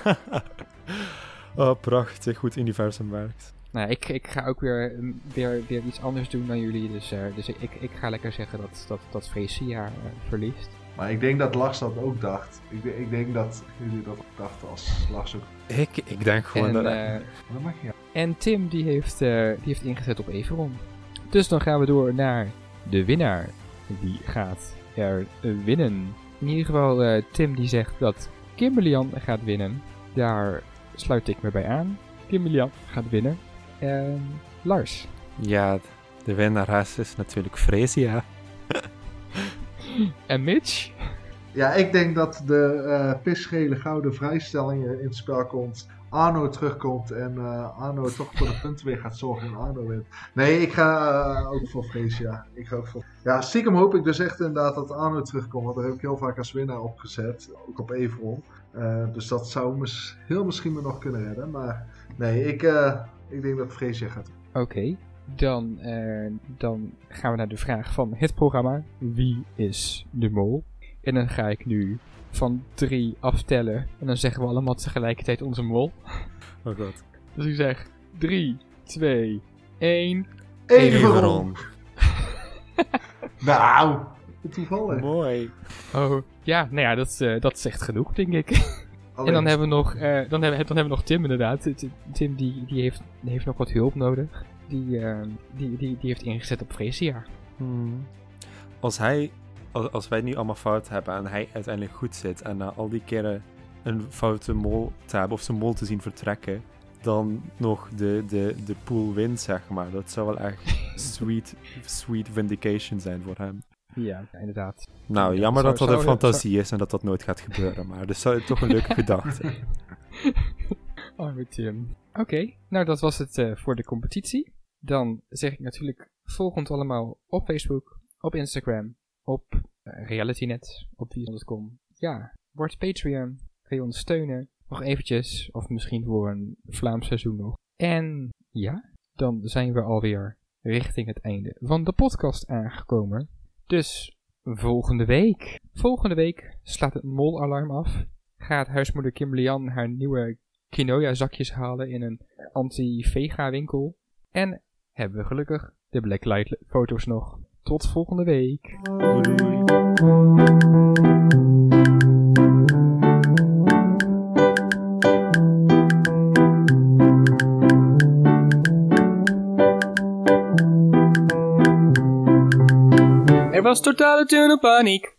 Oh, prachtig. Goed universum werkt. Nou, ik, ik ga ook weer, weer, weer iets anders doen dan jullie. Dus, uh, dus ik, ik ga lekker zeggen dat, dat, dat Freesia uh, verliest. Maar ik denk dat Lars dat ook dacht. Ik, ik denk dat jullie dat ook dachten als Lars ook. Ik, ik denk gewoon en, dat... Uh, dat mag je. En Tim die heeft, uh, die heeft ingezet op Everon. Dus dan gaan we door naar de winnaar. Wie gaat er uh, winnen? In ieder geval, uh, Tim die zegt dat Kim Lian gaat winnen. Daar sluit ik me bij aan. Kim Lian gaat winnen. En Lars. Ja, de winnares is natuurlijk Freesia. En Mitch? Ja, ik denk dat de uh, pisgele gouden vrijstelling in het spel komt. Arno terugkomt en uh, Arno toch voor de punten weer gaat zorgen en Arno wint. Nee, ik ga uh, ook voor Freesia. Ik ga ook voor... Ja, stiekem hoop ik dus echt inderdaad dat Arno terugkomt. Want daar heb ik heel vaak als winnaar opgezet. Ook op Everon. Uh, dus dat zou mis- heel misschien me nog kunnen redden. Maar nee, ik, uh, ik denk dat Freesia gaat. Oké, okay, dan, uh, dan gaan we naar de vraag van het programma. Wie is de mol? En dan ga ik nu van drie aftellen. En dan zeggen we allemaal tegelijkertijd onze mol. Oh god. Dus ik zeg drie, twee, één. Everon! Nou, toevallig. Mooi. Oh, ja, nou ja, dat, uh, dat zegt genoeg, denk ik. Alleen. En dan hebben we nog, uh, dan hebben, dan hebben we nog Tim inderdaad. Tim die, die, heeft, die heeft nog wat hulp nodig. Die, uh, die, die, die heeft ingezet op Freesia. Hmm. Als hij... Als, als wij nu allemaal fout hebben en hij uiteindelijk goed zit en na al die keren een foute mol te hebben of zijn mol te zien vertrekken, dan nog de, de, de pool wint, zeg maar. Dat zou wel echt sweet, sweet vindication zijn voor hem. Ja, inderdaad. Nou, jammer zou, dat dat zou, een fantasie zou... is en dat dat nooit gaat gebeuren, maar dat is toch een leuke gedachte. Arme Tim. Oké, okay, nou dat was het uh, voor de competitie. Dan zeg ik natuurlijk, volg ons allemaal op Facebook, op Instagram, op uh, RealityNet, op wie punt com. Ja, word Patreon, kun je ons steunen. Nog eventjes, of misschien voor een Vlaams seizoen nog. En ja, dan zijn we alweer richting het einde van de podcast aangekomen. Dus volgende week. Volgende week slaat het molalarm af. Gaat huismoeder Kimberly Ann haar nieuwe quinoa zakjes halen in een anti-vega winkel. En hebben we gelukkig de Blacklight foto's nog. Tot volgende week. Doei doei. Er was totale tunnelpaniek.